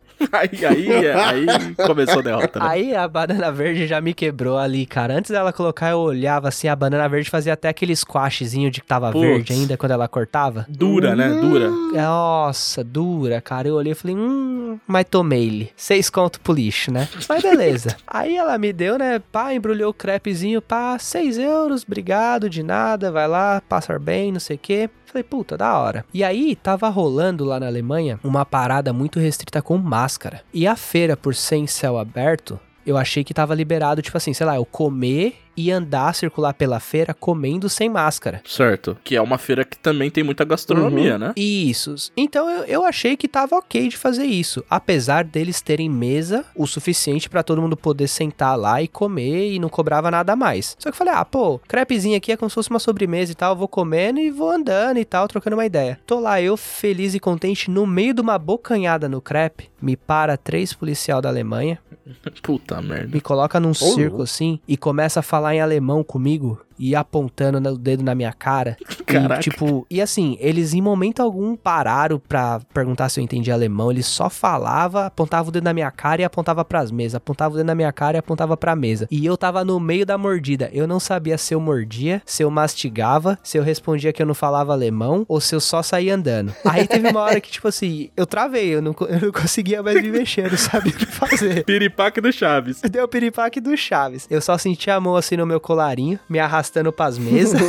Aí começou a derrota, né? Aí a banana verde já me quebrou ali, cara. Antes dela colocar, eu olhava assim, a banana verde fazia até aquele squashzinho de que tava verde ainda quando ela cortava. Dura, né? Dura. Nossa, dura, cara. Eu olhei e falei, mas tomei-lhe. 6 conto pro lixo, né? Mas beleza. Aí ela me deu, né? Embrulhou o crepezinho, 6 euros, obrigado, de nada, vai lá, passar bem, não sei o quê. Falei, da hora. E aí, tava rolando lá na Alemanha uma parada muito restrita com máscara. E a feira, por ser em céu aberto, eu achei que tava liberado, tipo assim, sei lá, eu comer e andar, circular pela feira comendo sem máscara. Certo. Que é uma feira que também tem muita gastronomia, né? Isso. Então eu achei que tava ok de fazer isso. Apesar deles terem mesa o suficiente pra todo mundo poder sentar lá e comer e não cobrava nada a mais. Só que eu falei, crepezinho aqui é como se fosse uma sobremesa e tal, eu vou comendo e vou andando e tal, trocando uma ideia. Tô lá eu, feliz e contente, no meio de uma bocanhada no crepe, me para 3 policial da Alemanha. Puta merda. Me coloca num círculo assim e começa a falar em alemão comigo e apontando o dedo na minha cara. Caraca. E assim, eles em momento algum pararam pra perguntar se eu entendia alemão, eles só falavam, apontavam o dedo na minha cara e apontava pras mesas, apontava o dedo na minha cara e apontava pra mesa. E eu tava no meio da mordida, eu não sabia se eu mordia, se eu mastigava, se eu respondia que eu não falava alemão ou se eu só saía andando. Aí teve uma hora que, tipo assim, eu travei, eu não conseguia mais me mexer, eu não sabia o que fazer. Piripaque do Chaves. Deu o piripaque do Chaves. Eu só senti a mão assim no meu colarinho, me arrastando pras mesas.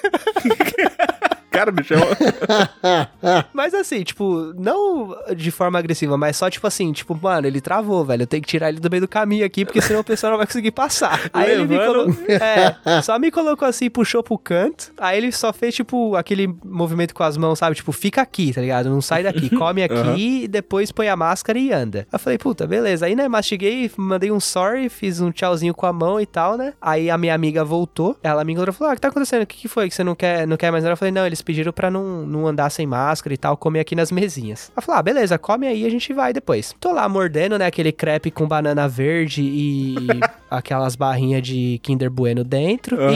Cara, bicho. Mas assim, tipo, não de forma agressiva, mas só tipo assim, tipo, mano, ele travou, velho. Eu tenho que tirar ele do meio do caminho aqui, porque senão o pessoal não vai conseguir passar. Aí ele me colocou. Só me colocou assim, puxou pro canto. Aí ele só fez, tipo, aquele movimento com as mãos, sabe? Tipo, fica aqui, tá ligado? Não sai daqui, come aqui e depois põe a máscara e anda. Eu falei, beleza. Aí, né, mastiguei, mandei um sorry, fiz um tchauzinho com a mão e tal, né? Aí a minha amiga voltou, ela me encontrou e falou, o que tá acontecendo? O que foi? Que você não quer mais nada? Eu falei, não, eles pediram pra não andar sem máscara e tal, comer aqui nas mesinhas. Ela falou, beleza, come aí, a gente vai depois. Tô lá mordendo, né, aquele crepe com banana verde e aquelas barrinhas de Kinder Bueno dentro e resmungando.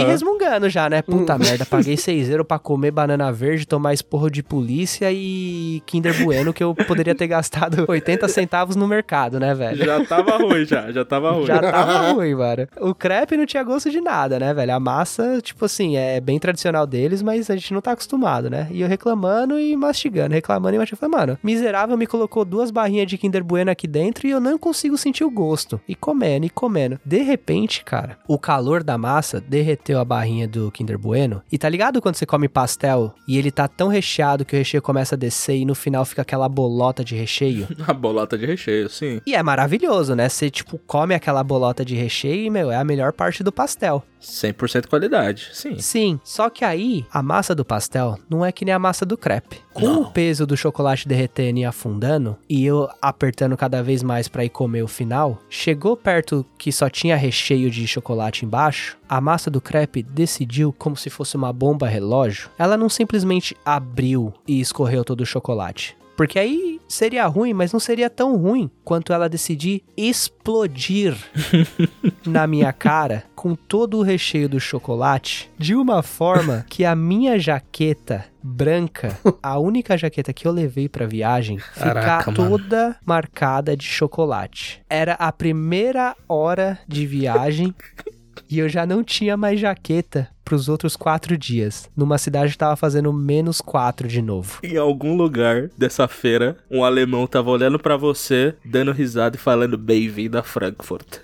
mastigando já, né? Puta merda, paguei 6 € pra comer banana verde, tomar esporro de polícia e Kinder Bueno, que eu poderia ter gastado 80 centavos no mercado, né, velho? Já tava ruim, já tava ruim. Já tava ruim, mano. O crepe não tinha gosto de nada, né, velho? A massa, tipo assim, é bem tradicional deles, mas a gente não tá acostumado, né? E eu reclamando e mastigando, reclamando e mastigando. Falei, mano, miserável me colocou 2 barrinhas de Kinder Bueno aqui dentro e eu não consigo sentir o gosto. E comendo, e comendo. De repente, cara, o calor da massa derreteu a barrinha do Kinder Bueno. E tá ligado quando você come pastel e ele tá tão recheado que o recheio começa a descer e no final fica aquela bolota de recheio? A bolota de recheio, sim. E é maravilhoso, né? Você, tipo, come aquela bolota de recheio e, meu, é a melhor parte do pastel. 100% qualidade, sim. Sim, só que aí, a massa do pastel não é que nem a massa do crepe. Com o peso do chocolate derretendo e afundando, e eu apertando cada vez mais pra ir comer o final, chegou perto que só tinha recheio de chocolate embaixo, a massa do crepe decidiu como se fosse uma bomba relógio. Ela não simplesmente abriu e escorreu todo o chocolate. Porque aí seria ruim, mas não seria tão ruim quanto ela decidir explodir na minha cara com todo o recheio do chocolate de uma forma que a minha jaqueta branca, a única jaqueta que eu levei pra viagem, ficar toda marcada de chocolate. Era a primeira hora de viagem e eu já não tinha mais jaqueta pros outros 4 dias, numa cidade que tava fazendo -4 de novo. Em algum lugar dessa feira, um alemão tava olhando pra você, dando risada e falando bem-vindo a Frankfurt.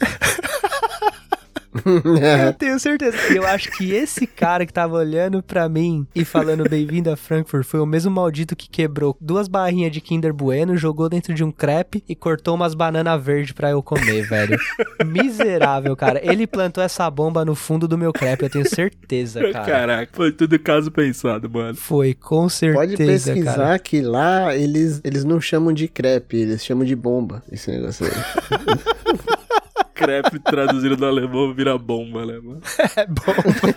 Eu tenho certeza. E eu acho que esse cara que tava olhando pra mim e falando bem-vindo a Frankfurt foi o mesmo maldito que quebrou 2 barrinhas de Kinder Bueno, jogou dentro de um crepe e cortou umas bananas verdes pra eu comer, velho. Miserável, cara. Ele plantou essa bomba no fundo do meu crepe, eu tenho certeza, cara. Caraca, foi tudo caso pensado, mano. Foi, com certeza, Pode pesquisar, cara. que lá eles não chamam de crepe, eles chamam de bomba, esse negócio aí. Crepe traduzido do alemão vira bomba, né, mano? É bomba.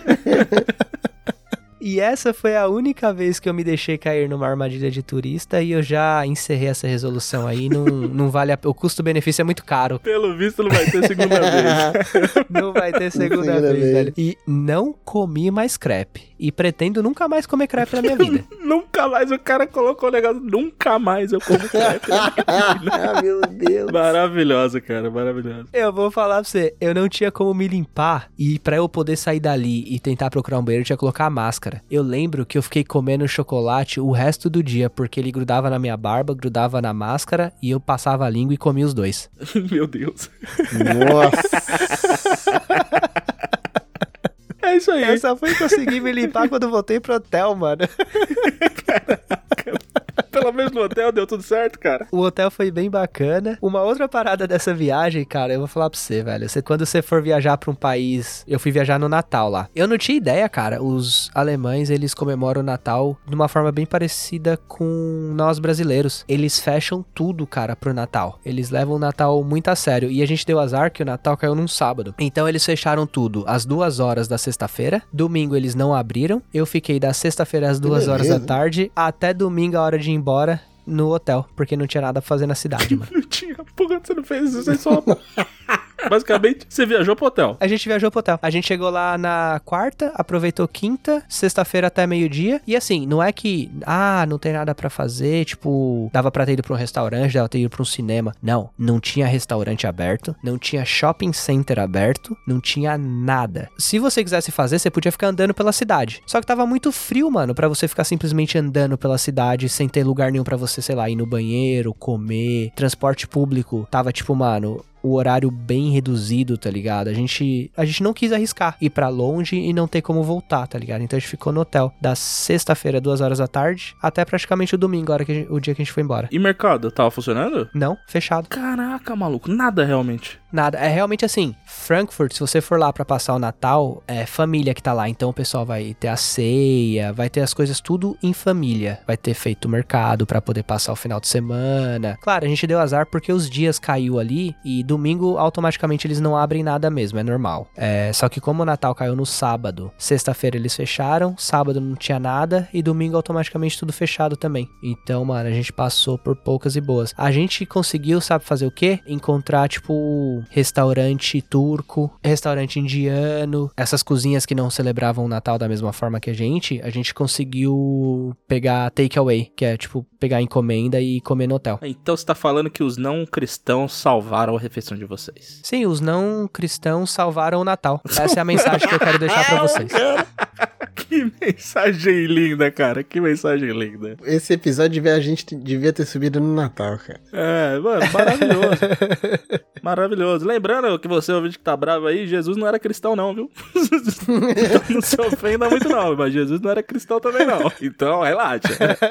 E essa foi a única vez que eu me deixei cair numa armadilha de turista e eu já encerrei essa resolução aí. Não vale a... O custo-benefício é muito caro. Pelo visto não vai ter segunda vez. Não vai ter segunda vez, velho. E não comi mais crepe. E pretendo nunca mais comer crepe na minha vida. Nunca mais, o cara colocou o negócio, nunca mais eu como crepe. Ah, meu Deus. Maravilhosa, cara, maravilhosa. Eu vou falar pra você, eu não tinha como me limpar e pra eu poder sair dali e tentar procurar um banheiro, eu tinha que colocar a máscara. Eu lembro que eu fiquei comendo chocolate o resto do dia, porque ele grudava na minha barba, grudava na máscara e eu passava a língua e comia os dois. Meu Deus. Nossa. É isso aí. Eu só fui conseguir me limpar quando voltei pro hotel, mano. Pelo menos no hotel deu tudo certo, cara. O hotel foi bem bacana. Uma outra parada dessa viagem, cara, eu vou falar pra você, velho. Quando você for viajar pra um país... Eu fui viajar no Natal lá. Eu não tinha ideia, cara. Os alemães, eles comemoram o Natal de uma forma bem parecida com nós brasileiros. Eles fecham tudo, cara, pro Natal. Eles levam o Natal muito a sério. E a gente deu azar que o Natal caiu num sábado. Então eles fecharam tudo às 2 horas da sexta-feira. Domingo eles não abriram. Eu fiquei da sexta-feira às 2 horas da tarde até domingo a hora de ir embora no hotel, porque não tinha nada pra fazer na cidade, mano. Não tinha, porra, você não fez isso, você só... Basicamente, você viajou pro hotel. A gente viajou pro hotel. A gente chegou lá na quarta, aproveitou quinta, sexta-feira até meio-dia. E assim, não é que, não tem nada pra fazer, tipo, dava pra ter ido pra um restaurante, dava pra ter ido pra um cinema. Não tinha restaurante aberto, não tinha shopping center aberto, não tinha nada. Se você quisesse fazer, você podia ficar andando pela cidade. Só que tava muito frio, mano, pra você ficar simplesmente andando pela cidade sem ter lugar nenhum pra você, sei lá, ir no banheiro, comer. Transporte público tava tipo, mano... o horário bem reduzido, tá ligado? A gente não quis arriscar ir pra longe e não ter como voltar, tá ligado? Então a gente ficou no hotel da sexta-feira, 2 horas da tarde, até praticamente o domingo, o dia que a gente foi embora. E mercado, tava funcionando? Não, fechado. Caraca, maluco, nada realmente. Nada, é realmente assim, Frankfurt, se você for lá pra passar o Natal, é família que tá lá, então o pessoal vai ter a ceia, vai ter as coisas tudo em família, vai ter feito o mercado pra poder passar o final de semana. Claro, a gente deu azar porque os dias caiu ali e domingo, automaticamente, eles não abrem nada mesmo, é normal. Só que como o Natal caiu no sábado, sexta-feira eles fecharam, sábado não tinha nada, e domingo, automaticamente, tudo fechado também. Então, mano, a gente passou por poucas e boas. A gente conseguiu, sabe fazer o quê? Encontrar, tipo, restaurante turco, restaurante indiano, essas cozinhas que não celebravam o Natal da mesma forma que a gente conseguiu pegar takeaway, que é, tipo, pegar encomenda e comer no hotel. Então você tá falando que os não cristãos salvaram a refeição de vocês. Sim, os não cristãos salvaram o Natal. Essa é a mensagem que eu quero deixar pra vocês. Que mensagem linda, cara. Que mensagem linda. Esse episódio a gente devia ter subido no Natal, cara. Mano, maravilhoso. Maravilhoso. Lembrando que você, ouvinte que tá bravo aí, Jesus não era cristão não, viu? Então não se ofenda muito não, mas Jesus não era cristão também não. Então, relaxa.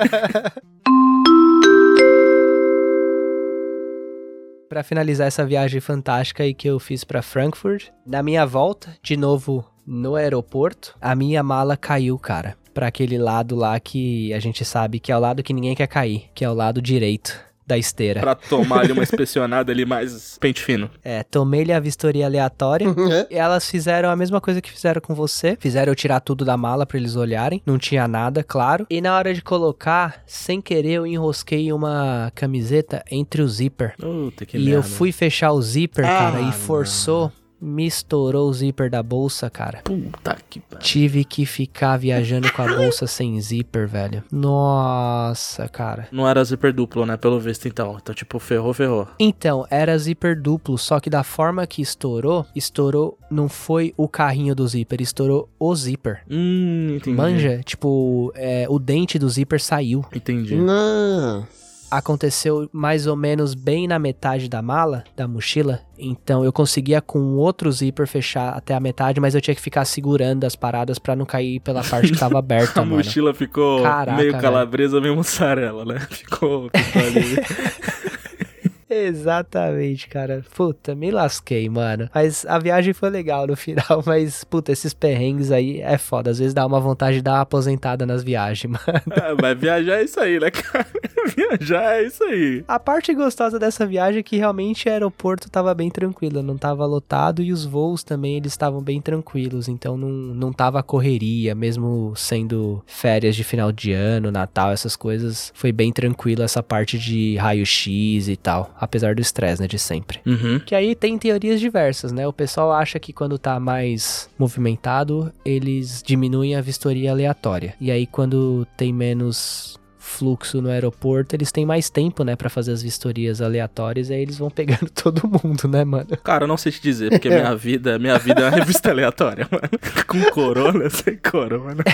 Pra finalizar essa viagem fantástica aí que eu fiz pra Frankfurt, na minha volta, de novo no aeroporto, a minha mala caiu, cara, pra aquele lado lá que a gente sabe que é o lado que ninguém quer cair, que é o lado direito da esteira. Pra tomar ali uma inspecionada ali mais pente fino. Tomei-lhe a vistoria aleatória. E elas fizeram a mesma coisa que fizeram com você. Fizeram eu tirar tudo da mala pra eles olharem. Não tinha nada, claro. E na hora de colocar, sem querer, eu enrosquei uma camiseta entre o zíper. Puta, que e merda. eu fui fechar o zíper, cara, e forçou. Me estourou o zíper da bolsa, cara. Puta que pariu. Tive que ficar viajando com a bolsa sem zíper, velho. Nossa, cara. Não era zíper duplo, né? Pelo visto, então. Então, tipo, ferrou. Então, era zíper duplo, só que da forma que estourou, não foi o carrinho do zíper, estourou o zíper. Entendi. Manja? Tipo, o dente do zíper saiu. Entendi. Não. Aconteceu mais ou menos bem na metade da mala, da mochila. Então eu conseguia com outro zíper fechar até a metade, mas eu tinha que ficar segurando as paradas pra não cair pela parte que tava aberta, A mano. mochila ficou meio calabresa, meio mussarela, né? Ficou ali. Exatamente, cara. Puta, me lasquei, mano. Mas a viagem foi legal no final, mas, puta, esses perrengues aí é foda. Às vezes dá uma vontade de dar uma aposentada nas viagens, mano. Mas viajar é isso aí, né, cara? Viajar é isso aí. A parte gostosa dessa viagem é que realmente o aeroporto tava bem tranquilo, não tava lotado e os voos também, eles estavam bem tranquilos, então não tava correria, mesmo sendo férias de final de ano, Natal, essas coisas, foi bem tranquilo essa parte de raio-x e tal. Apesar do estresse, né, de sempre. Uhum. Que aí tem teorias diversas, né? O pessoal acha que quando tá mais movimentado, eles diminuem a vistoria aleatória. E aí quando tem menos fluxo no aeroporto, eles têm mais tempo, né, pra fazer as vistorias aleatórias, e aí eles vão pegando todo mundo, né, mano? Cara, eu não sei te dizer, porque minha vida é uma revista aleatória, mano. Com corona, sem corona.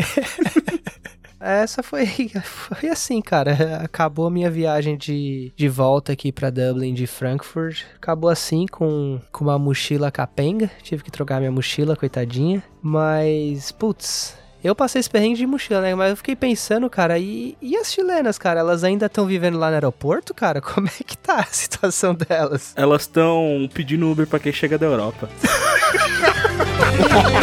Essa foi assim, cara. Acabou a minha viagem de volta aqui pra Dublin de Frankfurt. Acabou assim com uma mochila capenga. Tive que trocar minha mochila, coitadinha. Mas, putz, eu passei esse perrengue de mochila, né? Mas eu fiquei pensando, cara, e as chilenas, cara? Elas ainda estão vivendo lá no aeroporto, cara? Como é que tá a situação delas? Elas estão pedindo Uber pra quem chega da Europa.